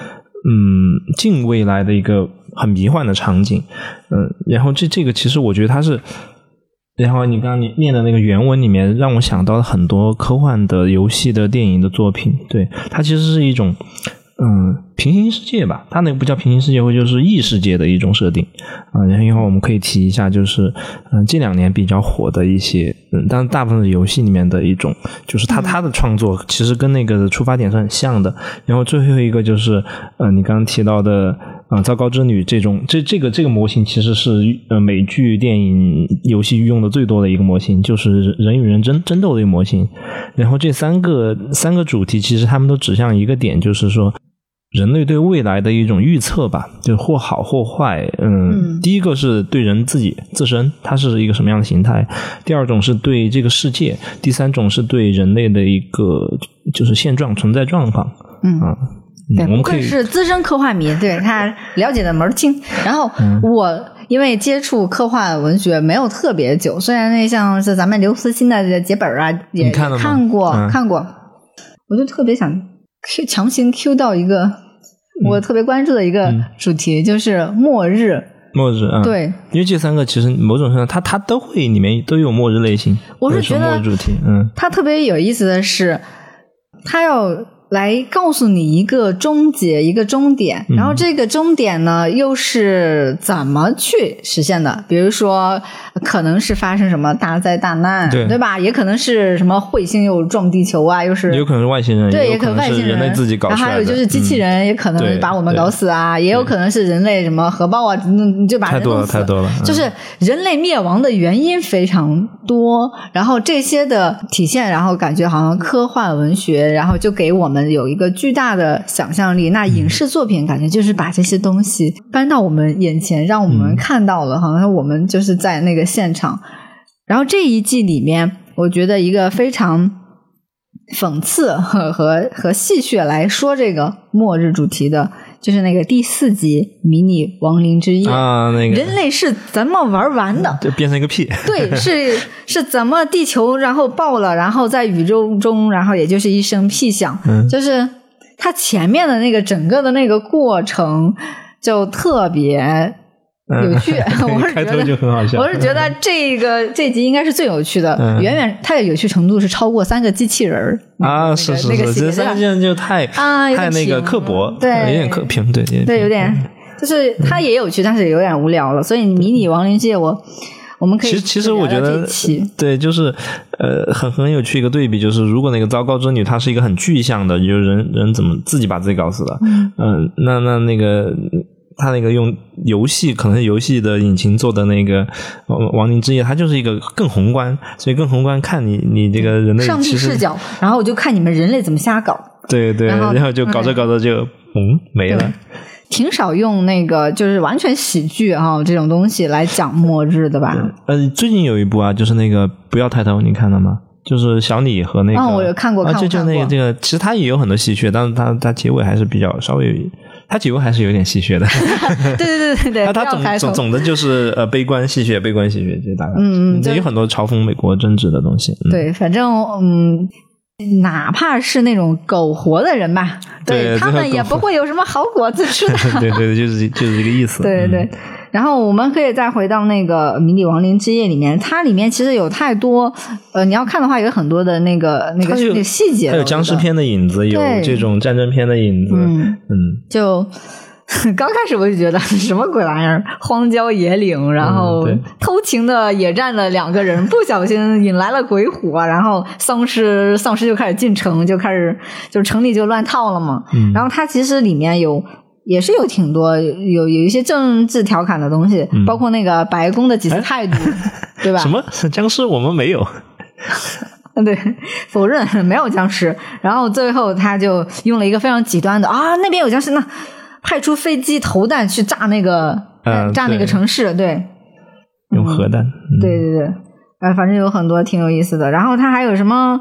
嗯近未来的一个很迷幻的场景，嗯，然后这这个其实我觉得它是。然后你刚刚你念的那个原文里面让我想到了很多科幻的游戏的电影的作品，对，它其实是一种嗯平行世界吧，它那个不叫平行世界，或就是异世界的一种设定啊、呃。然后一会儿我们可以提一下，就是嗯、呃、这两年比较火的一些，嗯，当然大部分的游戏里面的一种，就是它它的创作其实跟那个出发点是很像的。然后最后一个就是呃你刚刚提到的。啊、呃，糟糕之女这种这这个这个模型其实是呃美剧、电影、游戏用的最多的一个模型，就是人与人争争斗的一个模型。然后这三个三个主题其实他们都指向一个点，就是说人类对未来的一种预测吧，就或好或坏。嗯，嗯第一个是对人自己自身，它是一个什么样的形态；第二种是对这个世界；第三种是对人类的一个就是现状存在状况。 嗯啊。 对， 我们可以是资深科幻迷，对他了解的门儿清。然后我因为接触科幻文学没有特别久，虽然那像是咱们刘慈欣的节本啊，也看了吗？ 看过、 嗯、 看过，我就特别想 Q 强行 Q 到一个我特别关注的一个主题，嗯、就是末日。 末日啊、嗯， 对， 因为这三个其实某种程度上，它它都会里面都有末日类型。 我是觉得末日主题，嗯， 它特别有意思的是，它要。来告诉你一个终结，一个终点，然后这个终点呢，又是怎么去实现的？比如说，可能是发生什么大灾大难，对, 对吧？也可能是什么彗星又撞地球啊，又是有可能是外星人， 对， 也可能外星人， 人类自己搞出来的。 然后还有就是机器人，也可能把我们搞死啊，也有可能是人类什么核爆啊，就把人弄死。 太多了，太多了。嗯、 就是人类灭亡的原因非常多，然后这些的体现，然后感觉好像科幻文学，然后就给我们有一个巨大。大的想象力，那影视作品感觉就是把这些东西搬到我们眼前，让我们看到了，好像我们就是在那个现场。然后这一季里面，我觉得一个非常讽刺和和和戏谑来说这个末日主题的，就是那个第四集《迷你亡灵之夜》 啊，那个人类是怎么玩完的？ 就变成一个屁。 对，是是怎么地球然后爆了，然后在宇宙中，然后也就是一声屁响，嗯、就是。它前面的那个整个的那个过程就特别有趣， 嗯、 我是觉得开头就很好笑。 我是觉得这个这集应该是最有趣的，嗯、远远它的有趣程度是超过三个机器人啊！ 那个、 是是是， 那个、 这三个机器人就太啊太那个刻薄， 对， 有点刻平，对对，有点就是它也有趣，但是有点无聊了。所以迷你亡灵界我。我们可以其实，其实我觉得，对，就是呃，很很有趣一个对比，就是如果那个糟糕之女她是一个很具象的，就是人人怎么自己把自己搞死了，嗯、呃，那那那个他那个用游戏可能是游戏的引擎做的那个亡灵之夜，它就是一个更宏观，所以更宏观看你你这个人类上帝视角，然后我就看你们人类怎么瞎搞， 对对， 然后, 然后就搞着搞着就嗯没了。 挺少用那个就是完全喜剧啊这种东西来讲末日的吧？ 呃，最近有一部啊，就是那个不要抬头，你看了吗？就是小李和那个， 哦，我有看过，看过， 啊，就就那个这个，其实它也有很多戏谑，但是它它结尾还是比较稍微，它结尾还是有点戏谑的。 对对对对对， 它总总总的就是呃悲观戏谑，悲观戏谑，就大概嗯嗯， 有很多嘲讽美国政治的东西。嗯、 对，反正嗯。哪怕是那种苟活的人吧，对, 对他们也不会有什么好果子吃的。 对对，就是就是这个意思。 对对、嗯，然后我们可以再回到那个《迷你亡灵之夜》里面，它里面其实有太多，呃，你要看的话有很多的那个那个那个细节， 还有僵尸片的影子，有这种战争片的影子， 嗯嗯， 就。刚开始我就觉得什么鬼玩意儿，荒郊野岭，然后偷情的野战的两个人不小心引来了鬼火，然后丧尸丧尸就开始进城，就开始就是城里就乱套了嘛。 嗯、 然后它其实里面有也是有挺多有有一些政治调侃的东西， 嗯、 包括那个白宫的几次态度，对吧？ 什么僵尸我们没有。 对，否认没有僵尸。然后最后他就用了一个非常极端的啊，那边有僵尸呢。派出飞机投弹去炸那个、呃、炸那个城市，对， 用核弹、 嗯、对对对，呃，反正有很多挺有意思的。然后它还有什么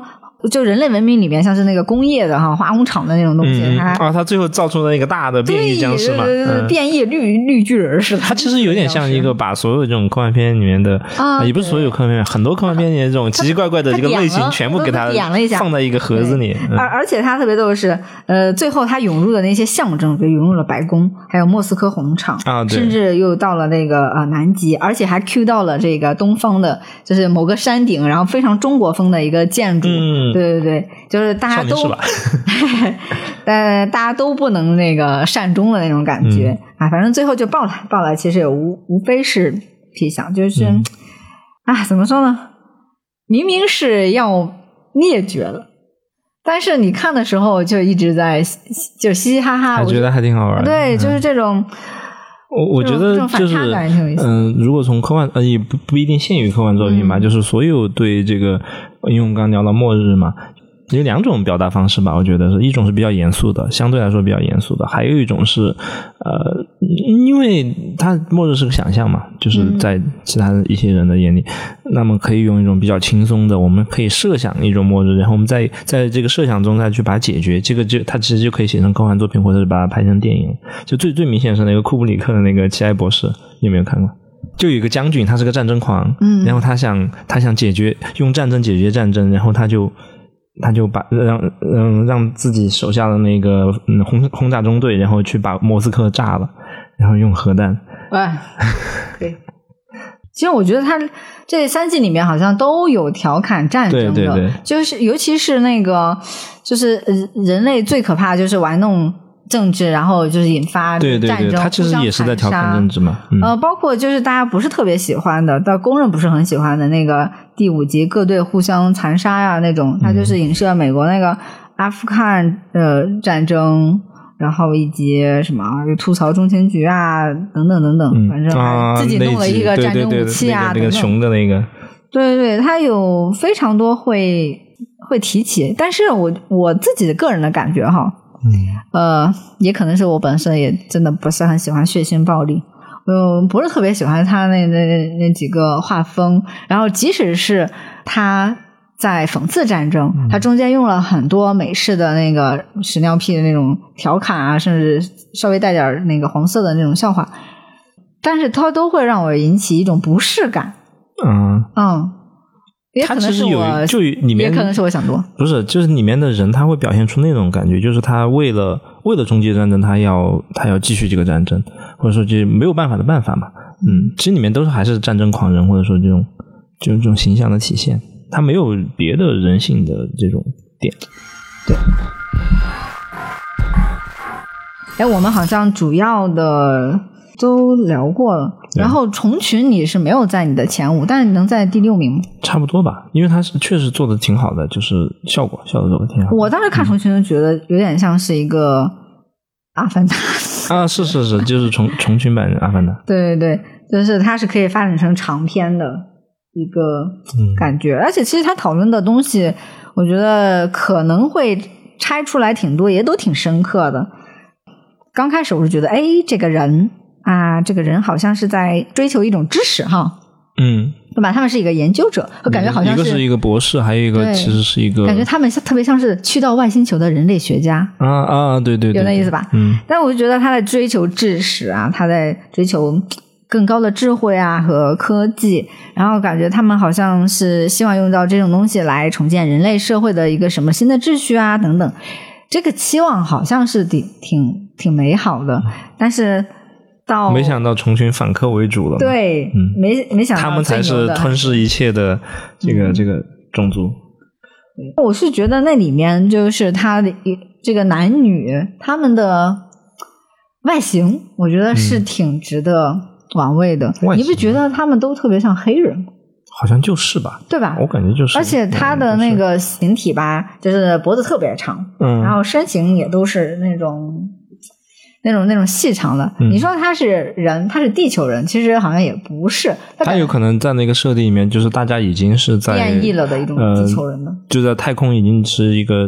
就人类文明里面像是那个工业的哈化工厂的那种东西， 嗯、 它啊，他最后造出了那个大的变异僵尸嘛， 嗯、变异绿绿巨人似的。 它其实有点像一个把所有这种科幻片里面的啊、 呃，也不是所有科幻片，很多科幻片里面这种奇奇怪怪的这个类型全部给它放在一个盒子里。 而、嗯、而且它特别逗的是，呃，最后它涌入的那些象征，比如涌入了白宫，还有莫斯科红场啊， 甚至又到了那个呃南极，而且还 cue 到了这个东方的，就是某个山顶，然后非常中国风的一个建筑。嗯，对对对，就是大家都，但大家都不能那个善终的那种感觉、嗯、啊，反正最后就爆了，爆了，其实也无无非是砒响，就是、嗯、啊，怎么说呢？明明是要灭绝了。但是你看的时候就一直在就嘻嘻哈哈， 还觉得还挺好玩的。 对，就是这种。 我我觉得就是嗯、呃，如果从科幻呃也不不一定限于科幻作品吧、嗯，就是所有对这个，因为我们刚聊到末日嘛。有两种表达方式吧，我觉得是一种是比较严肃的，相对来说比较严肃的，还有一种是呃，因为它末日是个想象嘛，就是在其他的一些人的眼里、嗯、那么可以用一种比较轻松的，我们可以设想一种末日，然后我们在在这个设想中再去把它解决，这个就它其实就可以写成科幻作品，或者是把它拍成电影。就最最明显是那个库布里克的那个奇爱博士，你有没有看过？就有一个将军，他是个战争狂，嗯，然后他想他想解决用战争解决战争，然后他就他就把让嗯让自己手下的那个嗯轰轰炸中队，然后去把莫斯科炸了，然后用核弹。 哎，对。其实我觉得他这三季里面好像都有调侃战争的， 对对对， 就是尤其是那个就是人类最可怕的就是玩弄政治，然后就是引发战争， 对对对，他其实也是在调侃政治嘛。嗯、 呃，包括就是大家不是特别喜欢的，到公认不是很喜欢的那个第五集各队互相残杀呀那种，它就是影射美国那个阿富汗呃战争，然后以及什么吐槽中情局啊等等等等， 嗯、 反正还自己弄了一个战争武器啊， 那个熊的那个， 对对对，它有非常多会会提起，但是我我自己的个人的感觉哈。 嗯， 呃，也可能是我本身也真的不是很喜欢血腥暴力，嗯，不是特别喜欢他那那那几个画风。然后，即使是他在讽刺战争，他中间用了很多美式的那个屎尿屁的那种调侃啊，甚至稍微带点那个黄色的那种笑话，但是他都会让我引起一种不适感。 嗯嗯。也可能是我， 就里面也可能是我想多， 不是，就是里面的人他会表现出那种感觉，就是他为了为了终结战争，他要他要继续这个战争，或者说就没有办法的办法嘛。嗯，其实里面都是还是战争狂人，或者说这种就是这种形象的体现，他没有别的人性的这种点。 对。哎，我们好像主要的都聊过了，然后虫群你是没有在你的前五，但是你能在第六名吗？ 差不多吧，因为它是确实做的挺好的，就是效果效果做的挺好。 我当时看虫群就觉得有点像是一个阿凡达啊，是是是，就是虫虫群版阿凡达。 对对对，就是它是可以发展成长篇的一个感觉、嗯、而且其实它讨论的东西我觉得可能会拆出来挺多，也都挺深刻的。刚开始我是觉得哎，这个人啊，这个人好像是在追求一种知识哈， 嗯， 对吧？他们是一个研究者，我感觉好像是一个是一个博士，还有一个其实是一个， 感觉他们特别像是去到外星球的人类学家啊啊，对对对， 有那意思吧？ 嗯， 但我就觉得他在追求知识啊，他在追求更高的智慧啊和科技，然后感觉他们好像是希望用到这种东西来重建人类社会的一个什么新的秩序啊等等。这个期望好像是挺挺挺美好的，但是到没想到虫群反客为主了。 对，嗯，没没想到他们才是吞噬一切的这个、嗯、这个种族。 我是觉得那里面就是他的这个男女他们的外形，我觉得是挺值得玩味的。嗯、你不觉得他们都特别像黑人？ 好像就是吧， 对吧？ 我感觉就是， 而且他的那个形体吧，就是脖子特别长， 嗯， 然后身形也都是那种那种那种细长的。 嗯、 你说他是人，他是地球人，其实好像也不是。 他, 他有可能在那个设定里面，就是大家已经是在变异了的一种地球人的、 呃，就在太空已经是一个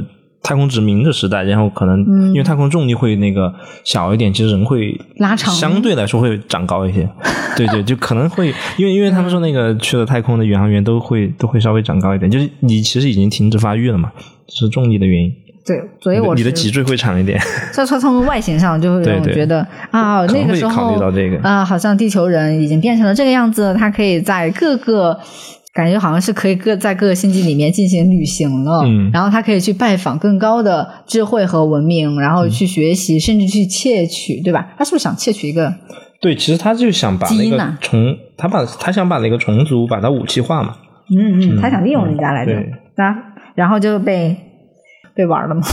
太空殖民的时代，然后可能因为太空重力会那个小一点，其实人会拉长， 相对来说会长高一些。对对，就可能会因为因为他们说那个去了太空的宇航员都会都会稍微长高一点，就是你其实已经停止发育了嘛，是重力的原因。 对，所以我你的脊椎会长一点。 所以说从外形上就会让我觉得啊，那个时候考虑到这个啊，好像地球人已经变成了这个样子，他可以在各个。感觉好像是可以各在各个星际里面进行旅行了，嗯，然后他可以去拜访更高的智慧和文明，然后去学习，嗯、甚至去窃取，对吧？他是不是想窃取一个？ 对，其实他就想把那个虫，他把他想把那个虫族把它武器化嘛。 嗯嗯，他想利用人家来着， 嗯、 对啊，然后就被被玩了嘛。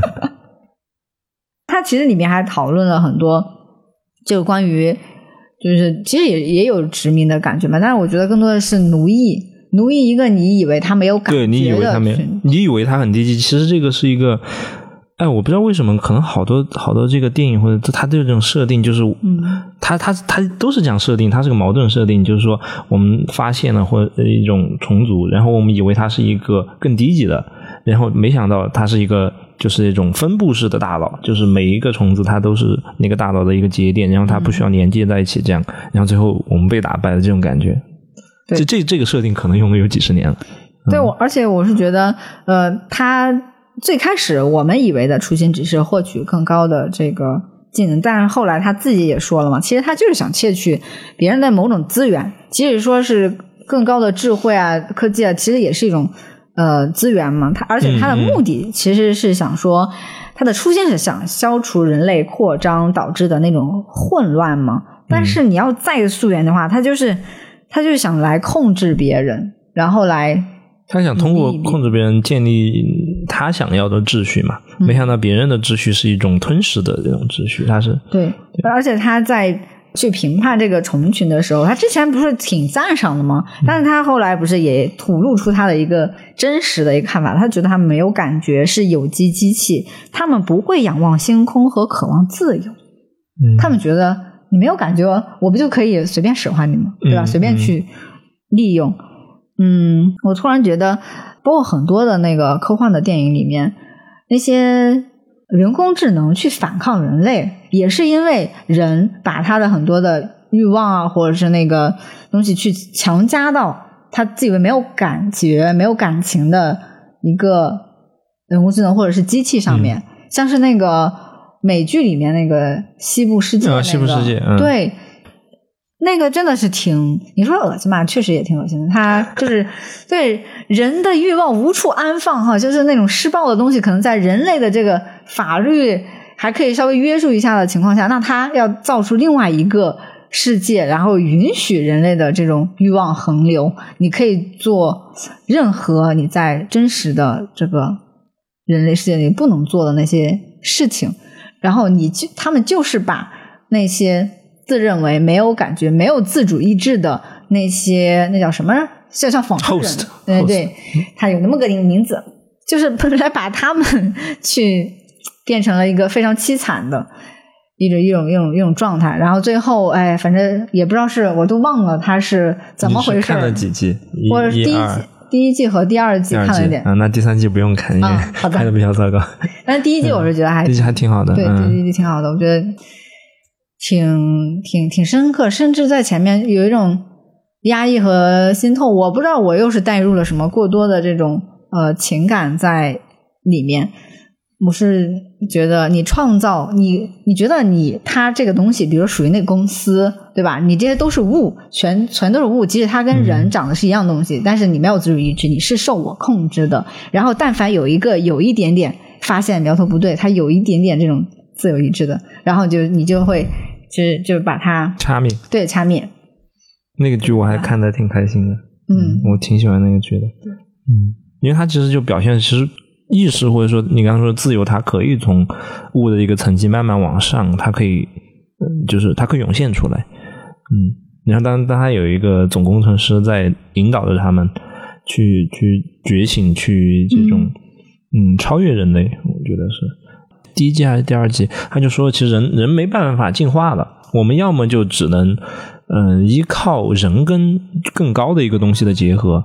他其实里面还讨论了很多，就关于就是其实也也有殖民的感觉嘛，但是我觉得更多的是奴役。奴役一个你以为他没有感觉的， 对，你以为他没有，你以为他很低级，其实这个是一个，哎，我不知道为什么，可能好多好多这个电影或者他对这种设定，就是，嗯，他他他都是讲设定，他是个矛盾设定，就是说我们发现了或者一种虫族，然后我们以为它是一个更低级的，然后没想到它是一个就是一种分布式的大脑，就是每一个虫子它都是那个大脑的一个节点，然后它不需要连接在一起，这样，然后最后我们被打败的这种感觉。这这这个设定可能用了有几十年了。 对，我而且我是觉得，呃，他最开始我们以为的初心只是获取更高的这个技能，但是后来他自己也说了嘛，其实他就是想窃取别人的某种资源，即使说是更高的智慧啊、科技啊，其实也是一种呃资源嘛。他而且他的目的其实是想说，他的初心是想消除人类扩张导致的那种混乱嘛。但是你要再溯源的话，他就是。他就是想来控制别人，然后来他想通过控制别人建立他想要的秩序嘛、嗯、没想到别人的秩序是一种吞噬的这种秩序，他是对, 对而且他在去评判这个虫群的时候，他之前不是挺赞赏的吗、嗯、但是他后来不是也吐露出他的一个真实的一个看法，他觉得他们没有感觉，是有机机器，他们不会仰望星空和渴望自由、嗯、他们觉得你没有感觉，我不就可以随便使唤你吗？对吧？嗯、随便去利用。嗯，我突然觉得，包括很多的那个科幻的电影里面，那些人工智能去反抗人类，也是因为人把他的很多的欲望啊，或者是那个东西去强加到他自以为没有感觉、没有感情的一个人工智能或者是机器上面，嗯、像是那个。美剧里面那个西部世界、那个啊、西部世界、嗯、 对，那个真的是挺，你说恶心吧，确实也挺恶心的。他就是对人的欲望无处安放哈，就是那种施暴的东西，可能在人类的这个法律还可以稍微约束一下的情况下，那他要造出另外一个世界，然后允许人类的这种欲望横流，你可以做任何你在真实的这个人类世界里不能做的那些事情。然后你就他们就是把那些自认为没有感觉、没有自主意志的那些，那叫什么？就像仿生人，对对，他有那么个名字，就是来把他们去变成了一个非常凄惨的一种一种一种一种状态。然后最后，哎，反正也不知道是我都忘了他是怎么回事。 看了几季？ 或者是第一季。第一季和第二季看了一点啊，那第三季不用看，因为拍的比较糟糕。 但是第一季我是觉得还、 嗯、第一季还挺好的， 对， 嗯、 第一季挺好的，我觉得挺挺挺深刻，甚至在前面有一种压抑和心痛。我不知道我又是带入了什么过多的这种呃情感在里面。我是觉得你创造你你觉得你它这个东西比如属于那个公司对吧，你这些都是物，全全都是物，即使它跟人长得是一样东西、嗯、但是你没有自主意志，你是受我控制的。然后但凡有一个有一点点发现苗头不对，它有一点点这种自由意志的，然后就你就会就就把它掐灭， 对，掐灭。 那个剧我还看得挺开心的， 嗯， 我挺喜欢那个剧的，嗯，因为它其实就表现其实意识或者说你刚刚说的自由，它可以从物的一个层级慢慢往上，它可以、嗯、就是它可以涌现出来，嗯，然后当当它有一个总工程师在引导着他们去去觉醒，去这种 嗯, 嗯超越人类，我觉得是第一季还是第二季，他就说其实人人没办法进化了，我们要么就只能嗯依靠人跟更高的一个东西的结合。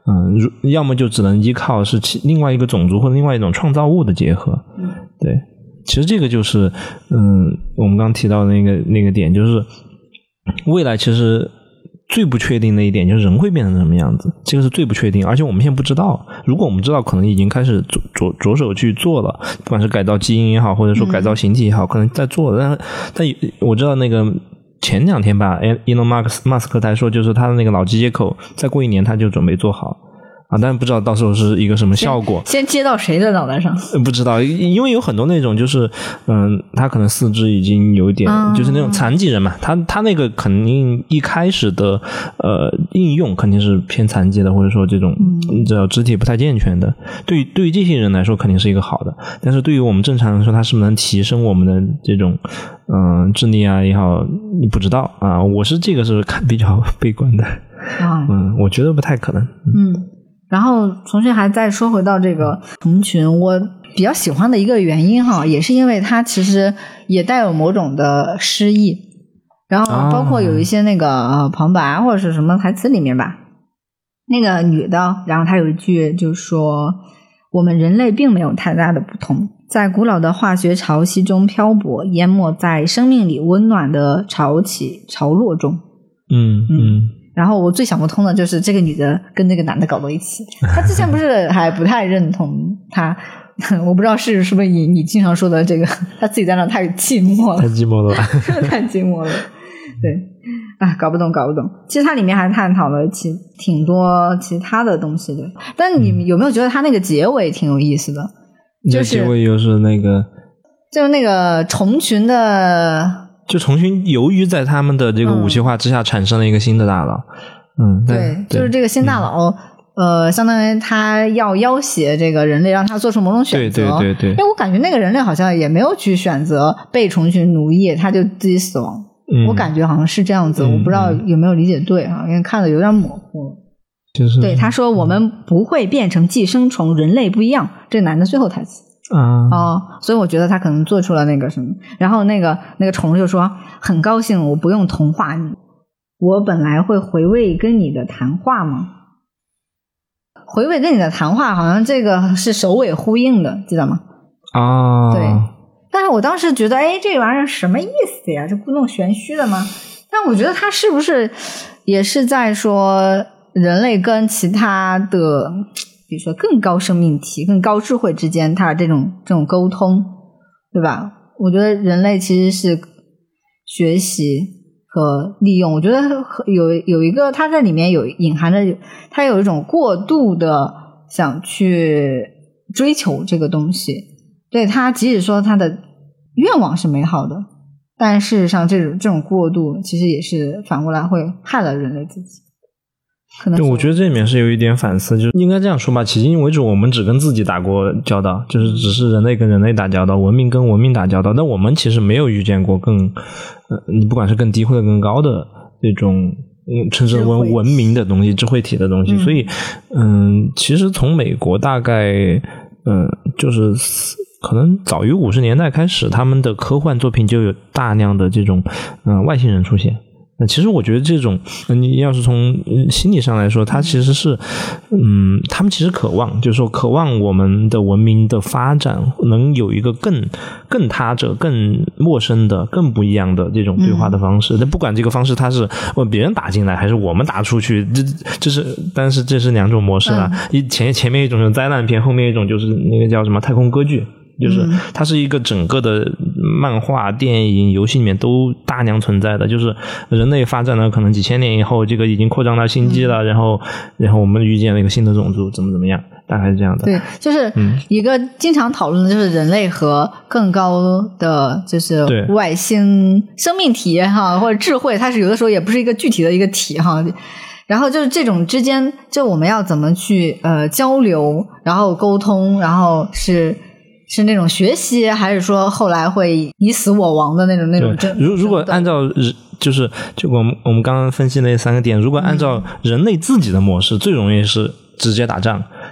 嗯，要么就只能依靠是其另外一个种族或者另外一种创造物的结合。 嗯， 对，其实这个就是嗯，我们刚刚提到的那个那个点，就是未来其实最不确定的一点就是人会变成什么样子，这个是最不确定，而且我们现在不知道。如果我们知道，可能已经开始着着着手去做了，不管是改造基因也好，或者说改造形体也好，嗯、可能在做了。但但我知道那个前两天吧，伊隆马斯马斯克他说，就是他的那个脑机接口，再过一年他就准备做好。啊，但是不知道到时候是一个什么效果。 先, 先接到谁的脑袋上？ 不知道，因为有很多那种就是，嗯，他可能四肢已经有一点，嗯、就是那种残疾人嘛，他他那个肯定一开始的呃应用肯定是偏残疾的，或者说这种这种肢体不太健全的。对于对于这些人来说肯定是一个好的，但是对于我们正常人来说，他是不是能提升我们的这种嗯、呃、智力啊也好，你不知道啊。我是这个是看比较悲观的， 啊、 嗯，我觉得不太可能， 嗯。嗯然后重新还再说回到这个虫群，我比较喜欢的一个原因哈，也是因为它其实也带有某种的诗意，然后包括有一些那个、呃、旁白或者是什么台词里面吧，那个女的，然后她有一句就是说，我们人类并没有太大的不同，在古老的化学潮汐中漂泊，淹没在生命里温暖的潮起潮落中。 嗯嗯。 然后我最想不通的就是这个女的跟那个男的搞到一起，她之前不是还不太认同他，我不知道是是不是你你经常说的这个，他自己在那太寂寞了， 太寂寞了， 太寂寞了，对，啊，搞不懂搞不懂。其实它里面还探讨了其挺多其他的东西的，但你有没有觉得它那个结尾挺有意思的？就是结尾又是那个， 就是那个虫群的。 就虫群由于在他们的这个武器化之下产生了一个新的大脑，嗯， 对，对就是这个新大脑、嗯、呃，相当于他要要挟这个人类，让他做出某种选择。 对对对对。 因为我感觉那个人类好像也没有去选择被虫群奴役，他就自己死亡。嗯、我感觉好像是这样子，嗯、我不知道有没有理解对啊，因为看的有点模糊。 就是对他说我们不会变成寄生虫，人类不一样。这男的最后台词。 啊哦，所以我觉得他可能做出了那个什么，然后那个那个虫就说很高兴我不用同化你，我本来会回味跟你的谈话吗？回味跟你的谈话好像这个是首尾呼应的，记得吗？ 啊， 对，但是我当时觉得哎，这玩意儿什么意思呀？这故弄玄虚的吗？但我觉得他是不是也是在说人类跟其他的比如说更高生命体更高智慧之间它的这种这种沟通，对吧？我觉得人类其实是学习和利用，我觉得有有一个它在里面有隐含着它有一种过度的想去追求这个东西，对，它即使说它的愿望是美好的，但事实上这种这种过度其实也是反过来会害了人类自己。 对，我觉得这里面是有一点反思，就是应该这样说吧，迄今为止我们只跟自己打过交道，就是只是人类跟人类打交道，文明跟文明打交道，但我们其实没有遇见过更呃，你不管是更低或者更高的这种嗯，称之为文明的东西，智慧体的东西、嗯、所以嗯，其实从美国大概嗯，就是可能早于五十年代开始，他们的科幻作品就有大量的这种嗯外星人出现。那其实我觉得这种你要是从心理上来说，它其实是嗯，他们其实渴望，就是说渴望我们的文明的发展能有一个更更他者更陌生的更不一样的这种对话的方式。那、嗯、不管这个方式它是别人打进来还是我们打出去，这这是但是这是两种模式啊。一、嗯、前前面一种是灾难片，后面一种就是那个叫什么太空歌剧。就是它是一个整个的漫画、电影、游戏里面都大量存在的，就是人类发展了可能几千年以后，这个已经扩张到星际了，嗯、然后然后我们遇见了一个新的种族，怎么怎么样，大概是这样的。 对，就是一个经常讨论的就是人类和更高的就是外星生命体哈，或者智慧，它是有的时候也不是一个具体的一个体哈。然后就是这种之间，就我们要怎么去呃交流，然后沟通，然后是。是那种学习，还是说后来会你死我亡的那种那种？ 如如果按照就是就我们我们刚刚分析那三个点，如果按照人类自己的模式，嗯、最容易是直接打仗。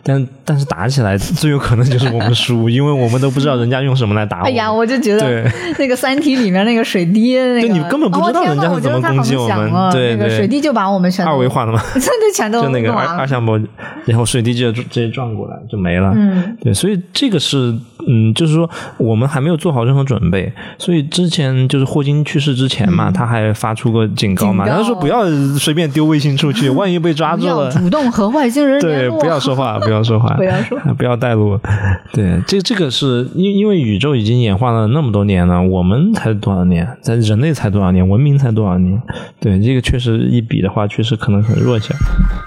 但但是打起来最有可能就是我们输，因为我们都不知道人家用什么来打我们。 哎呀，我就觉得对那个《三体》里面那个水滴，那个就你根本不知道人家是怎么攻击我们， 哦、 对对，那个水滴就把我们全二维化的嘛， 真的全都就那个二二向箔，然后水滴就直接撞过来就没了。 嗯， 对，所以这个是嗯，就是说我们还没有做好任何准备，所以之前就是霍金去世之前嘛，嗯、他还发出过警告嘛，他说不要随便丢卫星出去，万一被抓住了， 主动和外星人对，不要说话，不要说话， 不要说， 不要带路。对，这这个是因因为宇宙已经演化了那么多年了，我们才多少年，在人类才多少年，文明才多少年？对，这个确实一比的话，确实可能很弱小。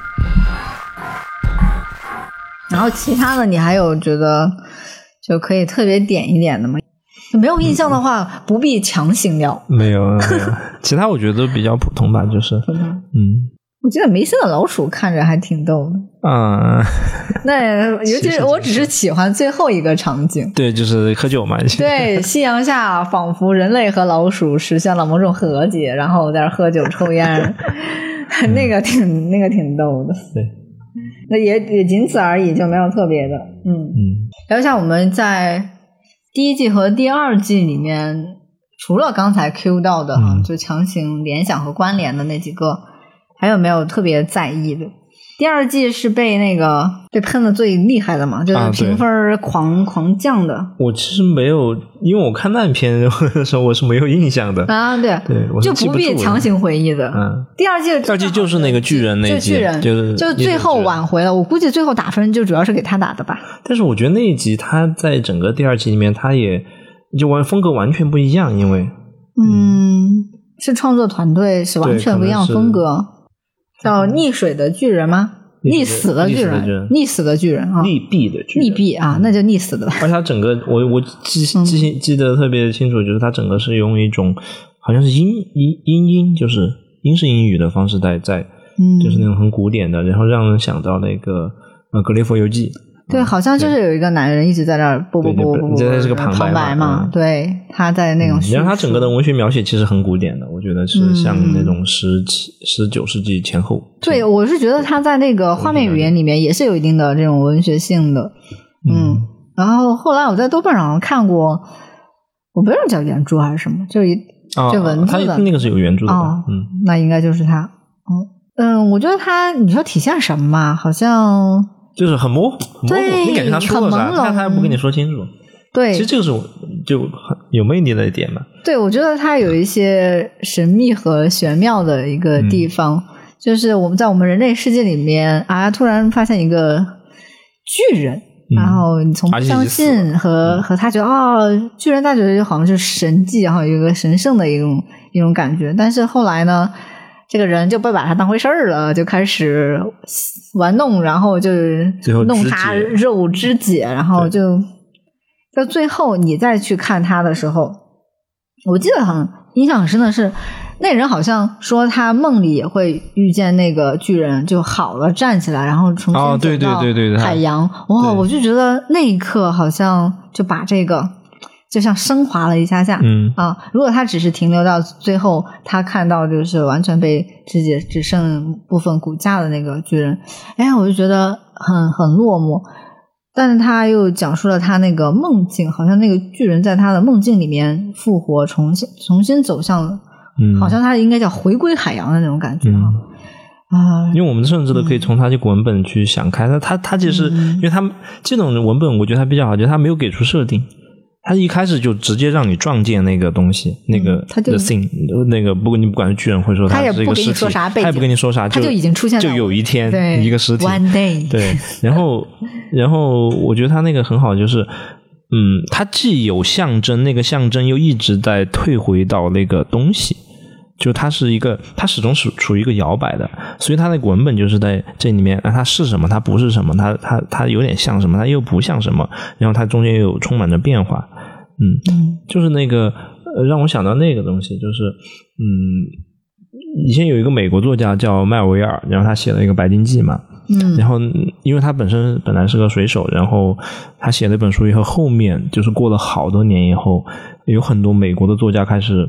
然后其他的，你还有觉得就可以特别点一点的吗？没有印象的话，嗯、不必强行聊。 没有，没有。其他我觉得比较普通吧，就是嗯。 我记得梅森的老鼠看着还挺逗的。 嗯， 那尤其是我只是喜欢最后一个场景。 对，就是喝酒嘛。 对，夕阳下仿佛人类和老鼠实现了某种和解，然后在那喝酒抽烟，那个挺那个挺逗的。 对， 那也也仅此而已，就没有特别的。嗯嗯。然后像我们在第一季和第二季里面，除了刚才 Q 到的哈、嗯，就强行联想和关联的那几个。还有没有特别在意的？第二季是被那个被喷的最厉害的嘛，就是评分狂、啊、狂降的。 我其实没有，因为我看烂片的时候我是没有印象的啊，对对，我就不必强行回忆的。 嗯， 第二季第二季就是那个巨人那一集， 就巨人就是就最后挽回了。我估计最后打分就主要是给他打的吧。 但是我觉得那一集他在整个第二季里面，他也就完风格完全不一样，因为嗯，嗯是创作团队是完全不一样风格。叫溺水的巨人吗？溺死的巨人，溺死的巨人啊， 溺毙的巨人， 溺毙啊，那就溺死的吧。 而且他整个，我我记记记得特别清楚，就是他整个是用一种好像是英英英音，就是英式英语的方式在在，嗯，就是那种很古典的，然后让人想到那个呃《格列佛游记》。 对，好像就是有一个男人一直在那儿啵啵啵啵啵， 这是个旁白嘛？ 白嘛嗯、对，他在那种。 然后他整个的文学描写其实很古典的，我觉得是像那种十七、十九世纪前后。 对，我是觉得他在那个画面语言里面也是有一定的这种文学性的。嗯，嗯然后后来我在豆瓣上看过，我不知道叫原著还是什么，就是一这文字的、 哦，他那个是有原著的。 哦、 嗯， 那应该就是他。嗯嗯，我觉得他，你说体现什么嘛？好像。 就是很模糊，模糊，你感觉他说了啥，他他也不跟你说清楚。 对， 其实这个是就很有魅力的一点嘛。 对，我觉得他有一些神秘和玄妙的一个地方，嗯、就是我们在我们人类世界里面啊，突然发现一个巨人，嗯、然后你从不相信和、嗯、和他觉得哦，巨人大觉得就好像是神迹，然后有一个神圣的一种一种感觉，但是后来呢？这个人就不把他当回事儿了，就开始玩弄，然后就弄他肉肢解，然后就到最后你再去看他的时候，我记得很印象很深的是，那人好像说他梦里也会遇见那个巨人就好了，站起来，然后重新走到海洋。哇，我就觉得那一刻好像就把这个。就像升华了一下下， 嗯啊，如果他只是停留到最后，他看到就是完全被肢解，只剩部分骨架的那个巨人，哎，我就觉得很很落寞。但是他又讲述了他那个梦境，好像那个巨人在他的梦境里面复活，重新重新走向，嗯，好像他应该叫回归海洋的那种感觉啊。 嗯啊，因为我们甚至都可以从他这个文本去想开，他他他其实，嗯、因为他这种文本，我觉得他比较好，就是他没有给出设定。他一开始就直接让你撞见那个东西，那个 the thing， 那个不管你不管是巨人，或者说他是一个尸体，他也不跟你说啥， 他就已经出现了， 就有一天一个尸体 ，one day， 对，然后然后我觉得他那个很好，就是嗯，他既有象征，那个象征又一直在退回到那个东西。就它是一个，它始终是处于一个摇摆的，所以它那个文本就是在这里面啊，它是什么，它不是什么，它它它有点像什么，它又不像什么，然后它中间又有充满着变化，嗯，就是那个呃，让我想到那个东西，就是嗯，以前有一个美国作家叫麦尔维尔，然后他写了一个《白鲸记》嘛，嗯，然后因为他本身本来是个水手，然后他写了一本书以后，后面就是过了好多年以后，有很多美国的作家开始。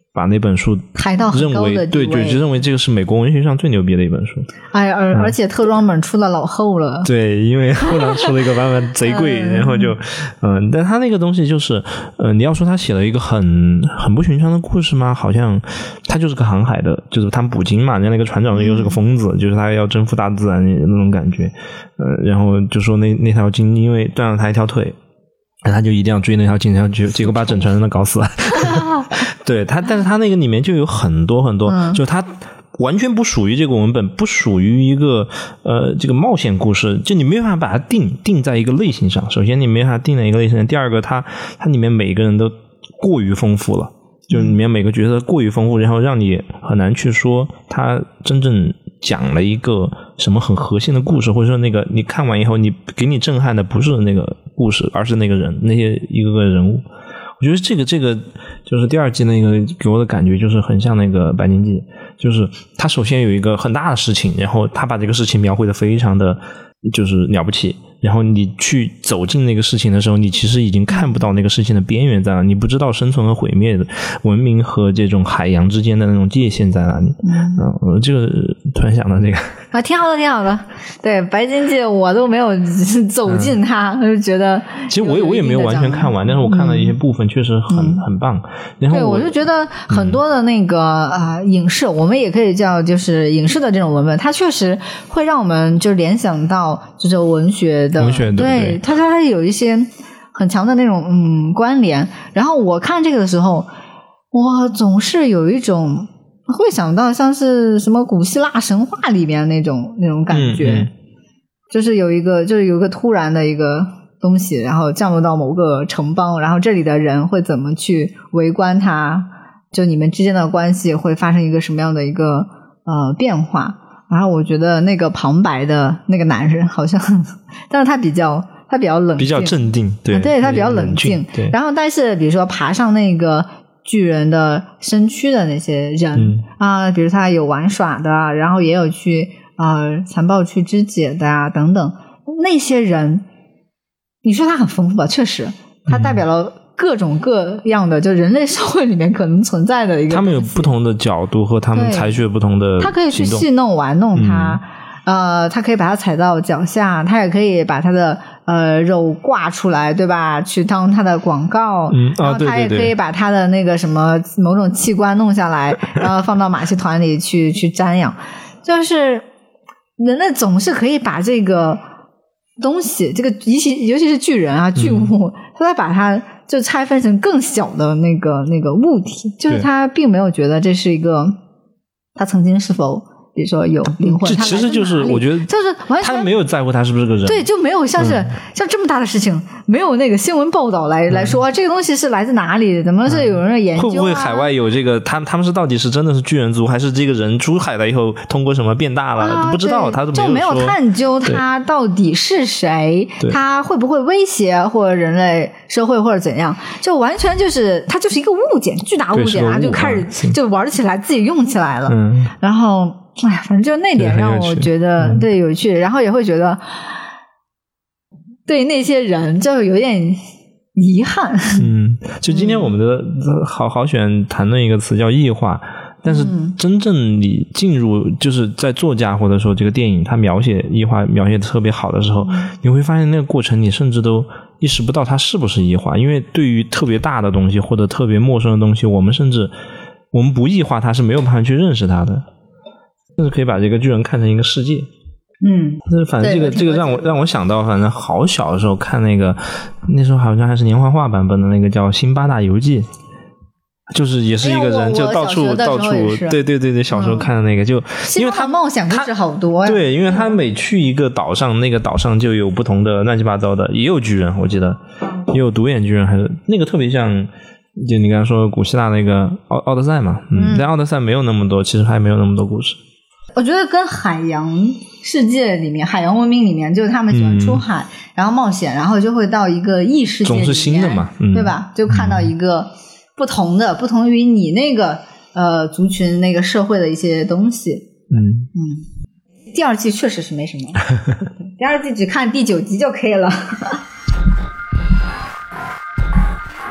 把那本书抬到很高的地位， 对，就认为这个是美国文学上最牛逼的一本书。 哎，而、嗯、而且特装本出了老厚了。 对，因为后来出了一个版本贼贵，然后就嗯，但他那个东西就是，呃，你要说他写了一个很很不寻常的故事吗？好像他就是个航海的，就是他们捕鲸嘛，人家那个船长又是个疯子，就是他要征服大自然那种感觉。呃，然后就说那那条鲸因为断了他一条腿。他就一定要追那条鲸，然后结果把整船人都搞死了。对他，但是他那个里面就有很多很多，嗯、就他完全不属于这个文本，不属于一个呃这个冒险故事，就你没办法把它定定在一个类型上。首先，你没办法定在一个类型上；第二个，它它里面每个人都过于丰富了，就里面每个角色过于丰富，然后让你很难去说他真正讲了一个什么很核心的故事，或者说那个你看完以后，你给你震撼的不是那个故事，而是那个人，那些一个个人物。我觉得这个这个就是第二季那个给我的感觉就是很像那个白鲸记，就是他首先有一个很大的事情，然后他把这个事情描绘的非常的就是了不起，然后你去走进那个事情的时候，你其实已经看不到那个事情的边缘在哪，你不知道生存和毁灭的文明和这种海洋之间的那种界限在哪里。嗯，我、呃、这个突然想到这个啊，挺好的，挺好的。对，白鲸记我都没有走进它，嗯、就觉得其实我也我也没有完全看完，但是我看了一些部分，确实很、嗯、很棒。然后对，我就觉得很多的那个啊、呃、影视，我们也可以叫就是影视的这种文本，它确实会让我们就联想到就是文学的， 文学的对， 对它它有一些很强的那种嗯关联。然后我看这个的时候，我总是有一种。会想到像是什么古希腊神话里面那种那种感觉、嗯嗯、就是有一个就是有一个突然的一个东西，然后降落到某个城邦，然后这里的人会怎么去围观它，就你们之间的关系会发生一个什么样的一个呃变化。然后我觉得那个旁白的那个男人好像但是他比较他比较冷静， 比较镇定，对、啊、 对，他比较冷静， 对。 然后但是比如说爬上那个巨人的身躯的那些人、嗯、啊，比如他有玩耍的，然后也有去呃残暴去肢解的啊等等，那些人你说他很丰富吧，确实他代表了各种各样的、嗯、就人类社会里面可能存在的一个， 他们有不同的角度和他们采取不同的行动， 他可以去戏弄玩弄他、嗯、呃，他可以把他踩到脚下，他也可以把他的呃，肉挂出来，对吧？去当他的广告， 嗯， 然后他也可以把他的那个什么某种器官弄下来，然后放到马戏团里去去瞻仰。就是人类总是可以把这个东西，这个尤其尤其是巨人啊、巨物，嗯、他再把它就拆分成更小的那个那个物体，就是他并没有觉得这是一个他曾经是否。比如说有灵魂， 这其实就是我觉得就是完全他没有在乎他是不是个人， 对，就没有像是、嗯、像这么大的事情，没有那个新闻报道来、嗯、来说、啊、这个东西是来自哪里，怎么是有人研究、啊嗯、 会不会海外有这个他他们是到底是真的是巨人族，还是这个人出海了以后通过什么变大了、啊、不知道，他都就没有探究他到底是谁，他会不会威胁或者人类社会或者怎样，就完全就是他就是一个物件，巨大物件，然后就开始就玩起来，自己用起来了、嗯、然后哎呀，反正就那点让我觉得 对, 对有趣、嗯，然后也会觉得对那些人就有点遗憾。 嗯，就今天我们的好好选谈论一个词叫异化，但是真正你进入就是在作家或者说这个电影它描写异化描写的特别好的时候、嗯、你会发现那个过程你甚至都意识不到它是不是异化，因为对于特别大的东西或者特别陌生的东西，我们甚至我们不异化它是没有办法去认识它的，甚至可以把这个巨人看成一个世界。 嗯， 这反正这个这个让我让我想到，反正好小的时候看那个，那时候好像还是年画画版本的那个叫《辛巴达游记》，就是也是一个人、哎、就到处到处，对对对对，小时候看的那个，嗯、就因为他冒险故事好多呀， 对，因为他每去一个岛上，那个岛上就有不同的乱七八糟的，也有巨人，我记得也有独眼巨人，还是那个特别像。就你刚才说古希腊那个奥奥德赛嘛，嗯，但奥德赛没有那么多，其实还没有那么多故事。 我觉得跟海洋世界里面、海洋文明里面，就是他们喜欢出海，嗯、然后冒险，然后就会到一个异世界里面， 总是新的嘛，嗯、 对吧？就看到一个不同的、嗯、不同于你那个呃族群、那个社会的一些东西。 嗯嗯，第二季确实是没什么，第二季只看第九集就可以了。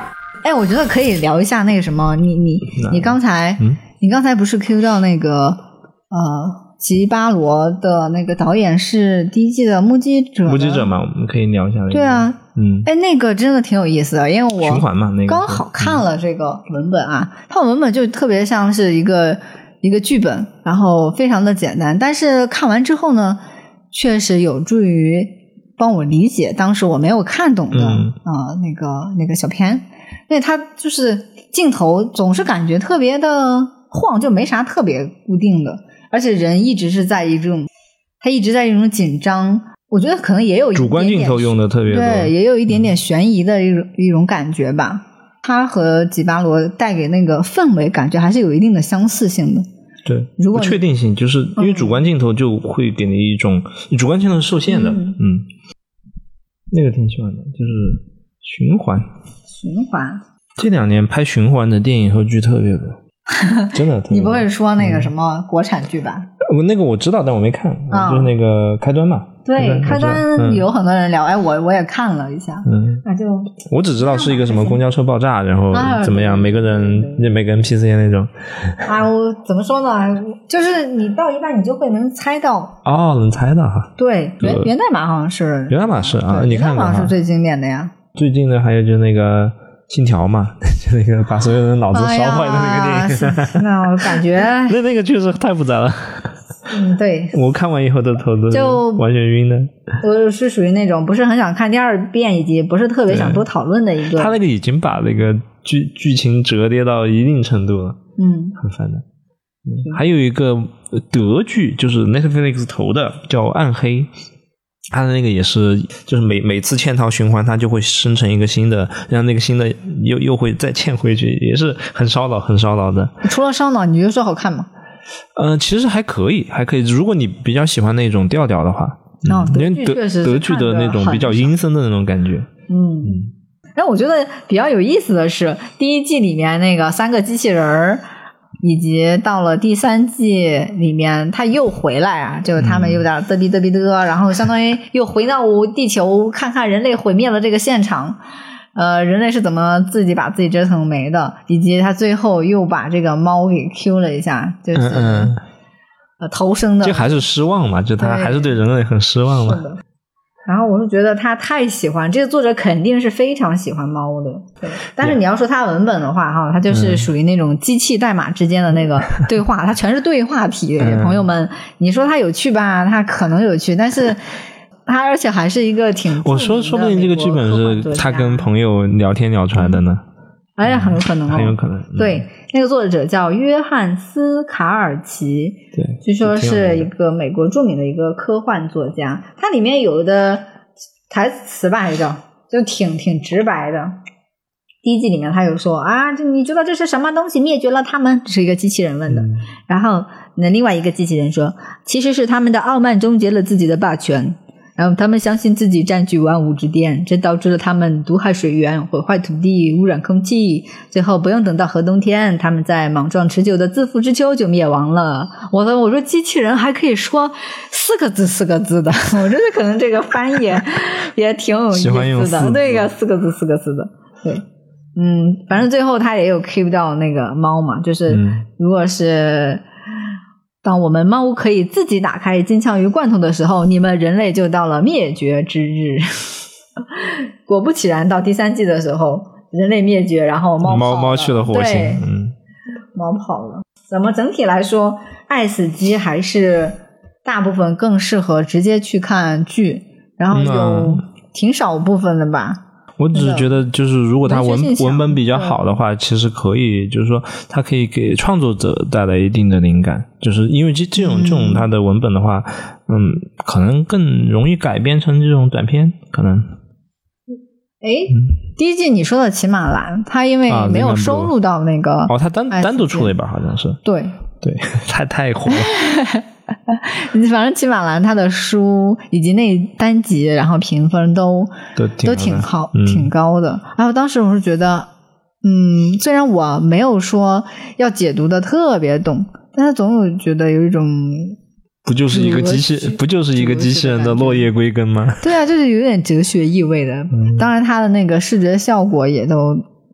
哎，我觉得可以聊一下那个什么，你你你刚才、嗯、你刚才不是 Q 到那个呃吉巴罗的那个导演是第一季的目击者目击者嘛，我们可以聊一下那个。 对啊， 嗯， 哎，那个真的挺有意思的，因为我循环嘛，那个刚好看了这个文本啊，嗯、它文本就特别像是一个一个剧本，然后非常的简单，但是看完之后呢，确实有助于帮我理解当时我没有看懂的啊、 嗯呃、那个那个小片，因为它就是镜头总是感觉特别的晃，就没啥特别固定的。而且人一直是在一种，他一直在一种紧张，我觉得可能也有一点点主观镜头用的特别多， 对，也有一点点悬疑的一种、嗯、一种感觉吧。他和吉巴罗带给那个氛围感觉还是有一定的相似性的。 对，如果不确定性，就是因为主观镜头就会给你一种、嗯、主观镜头是受限的，嗯, 嗯，那个挺喜欢的，就是循环。 循环。 这两年拍循环的电影和剧特别多。真的， 你不会说那个什么国产剧吧？ 我、嗯、那个我知道，但我没看，哦、就是那个开端嘛。 对，开端有很多人聊，嗯、哎，我我也看了一下， 嗯， 那就我只知道是一个什么公交车爆炸，然后怎么样，啊、每个人每个人 P C 那种。 啊，我怎么说呢？就是你到一半你就会能猜到。 哦，能猜到哈。 对，源源代码好像是。 源代码是啊，你看过源代码是最经典的呀。 最近的还有就是那个。信条嘛，就那个把所有人脑子烧坏的那个电影， 哎、那我感觉那那个确实太复杂了。 嗯，对， 我看完以后的头都就完全晕的。 我是属于那种不是很想看第二遍，以及不是特别想多讨论的一个。 他那个已经把那个剧剧情折叠到一定程度了， 嗯， 很烦的。嗯、还有一个德剧，就是 Netflix 投的，叫《暗黑》。他的那个也是，就是每每次嵌套循环，它就会生成一个新的，让那个新的又又会再嵌回去，也是很烧脑，很烧脑的。 除了烧脑，你觉得说好看吗？ 嗯、呃，其实还可以，还可以。如果你比较喜欢那种调调的话， 哦， 因为德德剧的那种比较阴森的那种感觉。 嗯嗯。然后我觉得比较有意思的是，第一季里面那个三个机器人儿。以及到了第三季里面他又回来啊，就是他们有点嘚逼嘚逼的，然后相当于又回到地球看看人类毁灭了这个现场，呃，人类是怎么自己把自己折腾没的，以及他最后又把这个猫给 Q 了一下，就是嗯嗯呃投生的， 就还是失望嘛，就他还是对人类很失望嘛。 是的。然后我是觉得他太喜欢这个作者，肯定是非常喜欢猫的。对，但是你要说他文本的话，哈，他就是属于那种机器代码之间的那个对话，它全是对话题。 嗯、 朋友们，你说它有趣吧？它可能有趣，但是它而且还是一个挺…… 我说，说不定这个剧本是他跟朋友聊天聊出来的呢。 哎呀，很有可能哦， 很有可能。嗯、 对，那个作者叫约翰斯卡尔奇， 对， 据说是一个美国著名的一个科幻作家。它里面有的台词吧，就就挺挺直白的。第一季里面他有说啊，这你知道这是什么东西灭绝了他们？这是一个机器人问的。嗯、然后那另外一个机器人说，其实是他们的傲慢终结了自己的霸权。然后他们相信自己占据万物之巅，这导致了他们毒害水源、毁坏土地、污染空气，最后不用等到核冬天，他们在莽撞持久的自负之秋就灭亡了。我说我说机器人还可以说四个字四个字的，我觉得可能这个翻译也挺有意思的，对个四个字四个字的，对，嗯，反正最后他也有 keep 到那个猫嘛，就是如果是。当我们猫可以自己打开金枪鱼罐头的时候，你们人类就到了灭绝之日。果不其然，到第三季的时候，人类灭绝，然后猫跑了， 猫猫去了火星，嗯， 猫跑了。怎么整体来说，爱死机还是大部分更适合直接去看剧，然后有挺少部分的吧。 我只是觉得，就是如果他文文本比较好的话，其实可以，就是说，它可以给创作者带来一定的灵感，就是因为这这种这种它的文本的话，嗯，可能更容易改编成这种短片，可能。 诶，嗯、第一季你说的骑马兰，他因为没有收录到那个、 啊、哦，他单单独出了一本，好像是。 对对，太太火了。 反正骑马兰他的书以及那单集，然后评分都都都挺好、 嗯、 挺高的。然后当时我是觉得，嗯，虽然我没有说要解读的特别懂，但是总有觉得有一种不就是一个机器，不就是一个机器人的落叶归根吗？ 对啊，就是有点哲学意味的。嗯、当然，它的那个视觉效果也都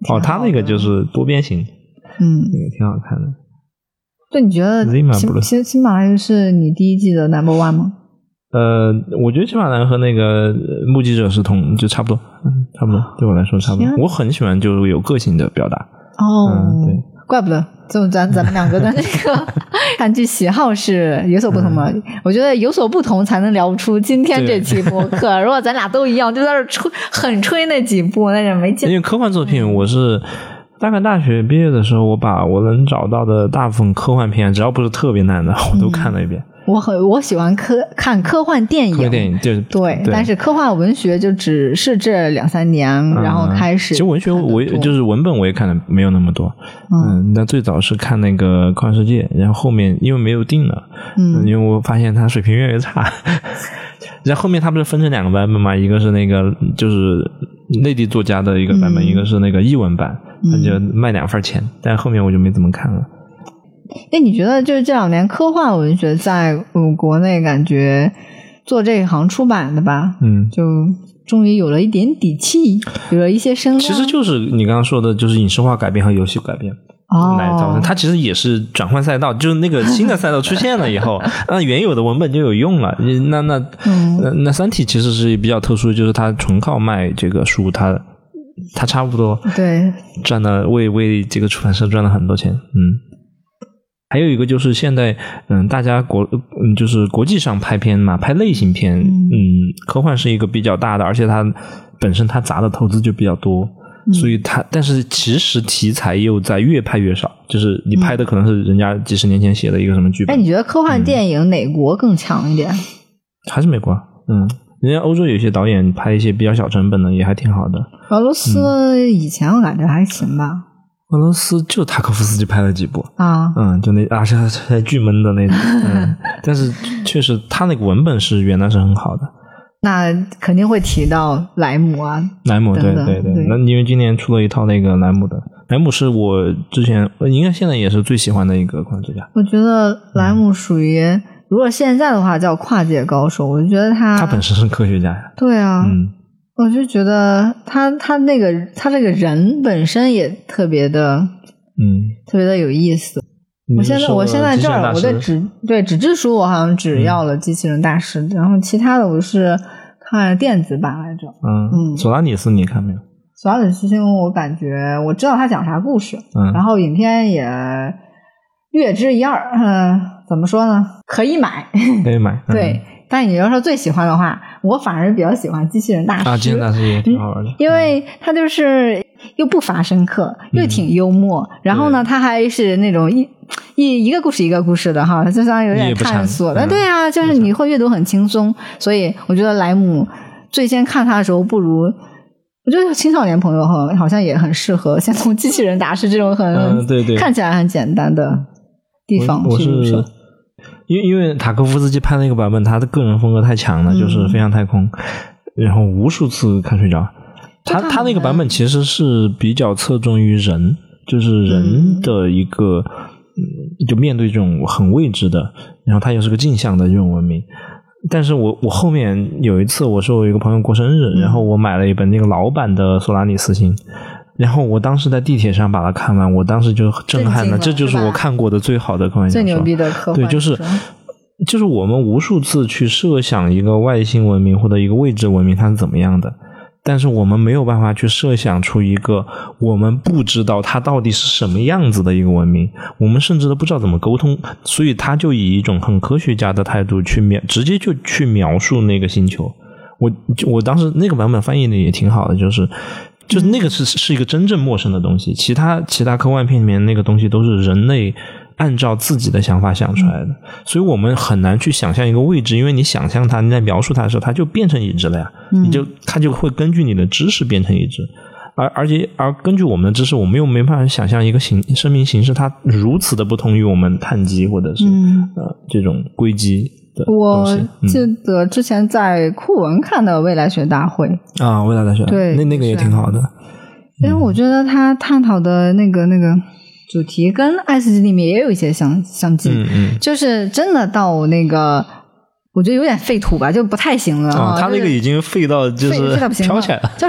哦，他那个就是多边形， 嗯， 那个挺好看的。 对，你觉得新新新马兰是你第一季的 number one 吗？ 呃，我觉得新马兰和那个目击者是同就差不多，嗯，差不多，对我来说差不多。我很喜欢就是有个性的表达。 哦， 嗯，对， 怪不得，就咱咱们两个的那个看剧喜好是有所不同的。嗯、我觉得有所不同才能聊出今天这期播客。如果咱俩都一样，就在这吹很吹那几部，那就没劲。 因为科幻作品，我是大概大学毕业的时候，我把我能找到的大部分科幻片，只要不是特别难的，我都看了一遍。 嗯我很我喜欢科看科幻电影， 科幻电影对对, 对，但是科幻文学就只是这两三年，嗯、然后开始。 其实文学我就是文本我也看的没有那么多，嗯，那、嗯、最早是看那个《科幻世界》，然后后面因为没有定了，嗯，因为我发现它水平越来越差。然后后面它不是分成两个版本嘛，一个是那个就是内地作家的一个版本，嗯、一个是那个译文版，它就卖两份钱，嗯、但后面我就没怎么看了。 哎，你觉得就是这两年科幻文学在嗯国内感觉做这一行出版的吧， 嗯， 就终于有了一点底气，有了一些声量。 其实就是你刚刚说的，就是影视化改编和游戏改编哦， 来造成它其实也是转换赛道，就是那个新的赛道出现了以后，那原有的文本就有用了。那那嗯、 那那三体其实是比较特殊，就是它纯靠卖这个书，它它差不多对赚了为为这个出版社赚了很多钱，嗯。还有一个就是现在，嗯，大家国嗯就是国际上拍片嘛，拍类型片，嗯，科幻是一个比较大的，而且它本身它砸的投资就比较多，嗯、所以它但是其实题材又在越拍越少，就是你拍的可能是人家几十年前写的一个什么剧本。 哎、嗯，你觉得科幻电影哪国更强一点？ 嗯、还是美国，嗯，人家欧洲有些导演拍一些比较小成本的也还挺好的。 俄罗斯以前我感觉还行吧。 嗯俄罗斯就塔科夫斯基拍了几部啊， 嗯，就那而且还巨闷的那种，嗯，但是确实他那个文本是原来是很好的。 那肯定会提到莱姆啊， 莱姆，对对 对, 对。那因为今年出了一套那个莱姆的，莱姆是我之前应该现在也是最喜欢的一个科幻作家。 我觉得莱姆属于、嗯、如果现在的话叫跨界高手，我就觉得他他本身是科学家呀， 对啊， 嗯。 我就觉得他他那个他这个人本身也特别的， 嗯， 特别的有意思。我现在我现在这儿我对纸对纸质书我好像只要了机器人大师，嗯、然后其他的我是看电子版来着。 嗯嗯，索拉里斯你看没有？ 索拉里斯我感觉我知道他讲啥故事， 嗯， 然后影片也略知一二，嗯，怎么说呢？可以买， 可以买，嗯、 对。但你要说最喜欢的话，我反而比较喜欢机器人大师。 啊，机器人大师也挺好玩的， 嗯、因为他就是又不乏深刻，嗯、又挺幽默，然后呢，他还是那种一一一个故事一个故事的哈，就相当于有点探索的。对啊，就是你会阅读很轻松，所以我觉得莱姆最先看他的时候，不如我觉得青少年朋友哈，好像也很适合先从机器人大师这种很、 嗯、对对看起来很简单的地方去入手。 因为因为塔科夫斯基拍那个版本，他的个人风格太强了，嗯、就是飞向太空，然后无数次看睡着。他他那个版本其实是比较侧重于人，就是人的一个，嗯，就面对这种很未知的，然后他又是个镜像的这种文明。但是我我后面有一次，我是我有一个朋友过生日，嗯、然后我买了一本那个老版的索拉里斯星。然后我当时在地铁上把它看完，我当时就震撼了，这就是我看过的最好的科幻小说， 最牛逼的科幻。 对，就是就是我们无数次去设想一个外星文明或者一个未知文明它是怎么样的，但是我们没有办法去设想出一个我们不知道它到底是什么样子的一个文明，我们甚至都不知道怎么沟通，所以他就以一种很科学家的态度去描，直接就去描述那个星球。我我当时那个版本翻译的也挺好的，就是就是那个是是一个真正陌生的东西，其他其他科幻片里面那个东西都是人类按照自己的想法想出来的，所以我们很难去想象一个未知，因为你想象它，你在描述它的时候，它就变成已知了呀，你就它就会根据你的知识变成已知，而而且而根据我们的知识，我们又没办法想象一个形生命形式它如此的不同于我们碳基或者是、嗯、呃这种硅基。 我记得之前在库文看的未来学大会啊，未来大学对， 那那个也挺好的， 因为我觉得他探讨的那个那个主题跟爱斯基里面也有一些相相近， 嗯嗯， 就是真的到那个我觉得有点废土吧，就不太行了啊、哦，他那个已经废到就是废到不行了， 飘起来了， 就是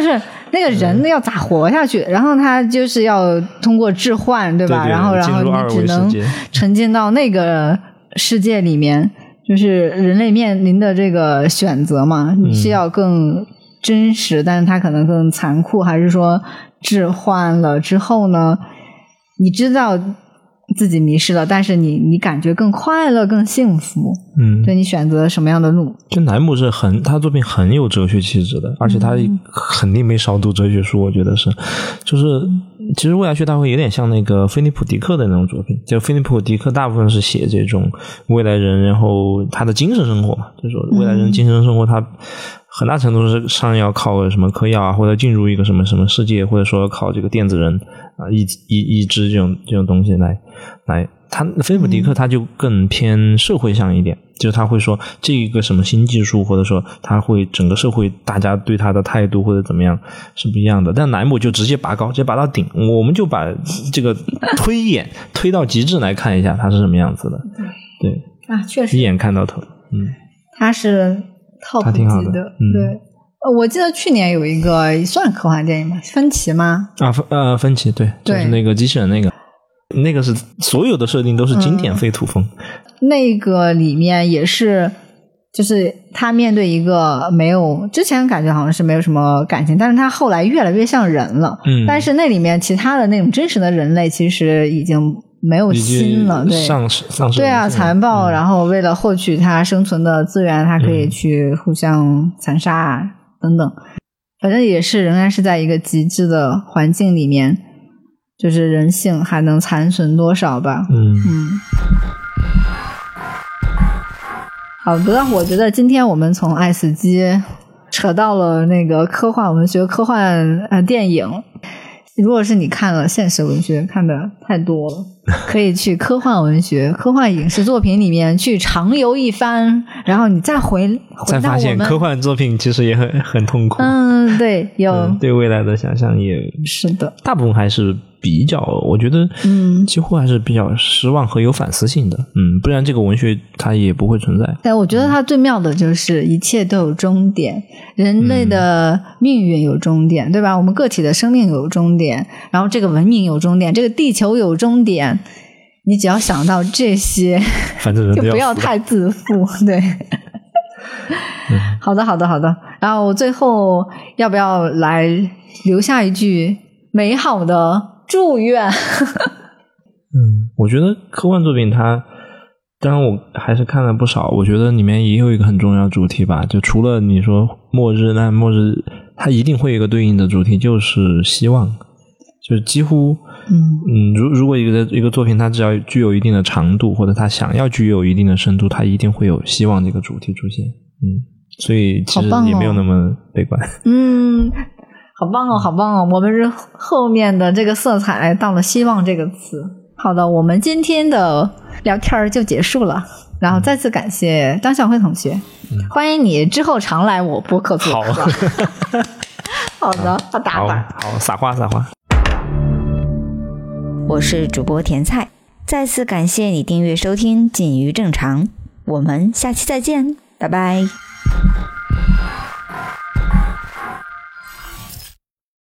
那个人要咋活下去？然后他就是要通过置换，对吧？ 对对， 然后然后你只能沉浸到那个世界里面，就是人类面临的这个选择嘛，你是要更真实，但是它可能更残酷，还是说置换了之后呢，你知道自己迷失了，但是你你感觉更快乐更幸福，嗯，对，你选择什么样的路。 就乃姆是很他作品很有哲学气质的，而且他肯定没少读哲学书，我觉得是就是其实未来学大会有点像那个菲利普迪克的那种作品，就菲利普迪克大部分是写这种未来人然后他的精神生活嘛，就是说未来人精神生活他很大程度是上要靠什么嗑药啊，或者进入一个什么什么世界，或者说靠这个电子人啊意意意志这种这种东西来来，他菲利普迪克他就更偏社会向一点，嗯，就是他会说这个什么新技术，或者说他会整个社会大家对他的态度或者怎么样是不一样的，但乃姆就直接拔高，直接拔到顶，我们就把这个推演推到极致来看一下他是什么样子的。对啊，确实一眼看到头。嗯， 他是top 级的，的嗯，对。我记得去年有一个算科幻电影吗？芬奇吗？ 啊，呃，芬奇，对， 对， 就是那个机器人那个，那个是所有的设定都是经典废土风， 嗯。那个里面也是，就是他面对一个没有之前感觉好像是没有什么感情，但是他后来越来越像人了。嗯，但是那里面其他的那种真实的人类其实已经没有心了，对， 丧失丧失， 对啊，残暴，嗯，然后为了获取他生存的资源，他可以去互相残杀啊，嗯，等等，反正也是仍然是在一个极致的环境里面，就是人性还能残存多少吧。嗯嗯。好的，我觉得今天我们从爱死机扯到了那个科幻文学、科幻呃电影。如果是你看了现实文学看的太多了，可以去科幻文学、科幻影视作品里面去长游一番，然后你再回回再发现科幻作品其实也很很痛苦。 嗯，对，有， 嗯，对未来的想象也是的， 大部分还是比较，我觉得，嗯，几乎还是比较失望和有反思性的，嗯，不然这个文学它也不会存在。 但我觉得它最妙的就是一切都有终点，人类的命运有终点，嗯，对吧？我们个体的生命有终点，然后这个文明有终点，这个地球有终点。你只要想到这些， 反正人就不要太自负，对。嗯，好的，好的，好的。然后我最后要不要来留下一句美好的祝愿？ 嗯，我觉得科幻作品它，当然我还是看了不少，我觉得里面也有一个很重要的主题吧，就除了你说末日，那末日它一定会有一个对应的主题，就是希望，就是几乎。嗯嗯，如如果一个一个作品它只要具有一定的长度，或者它想要具有一定的深度，它一定会有希望这个主题出现。嗯，所以其实也没有那么悲观。哦， 嗯，好棒哦，好棒哦！我们是后面的这个色彩到了希望这个词。好的，我们今天的聊天就结束了，然后再次感谢张晓辉同学，嗯，欢迎你之后常来我播客做客。好，好的，好打板， 好撒花撒花。 我是主播甜菜，再次感谢你订阅收听《锦鱼正常》，我们下期再见，拜拜。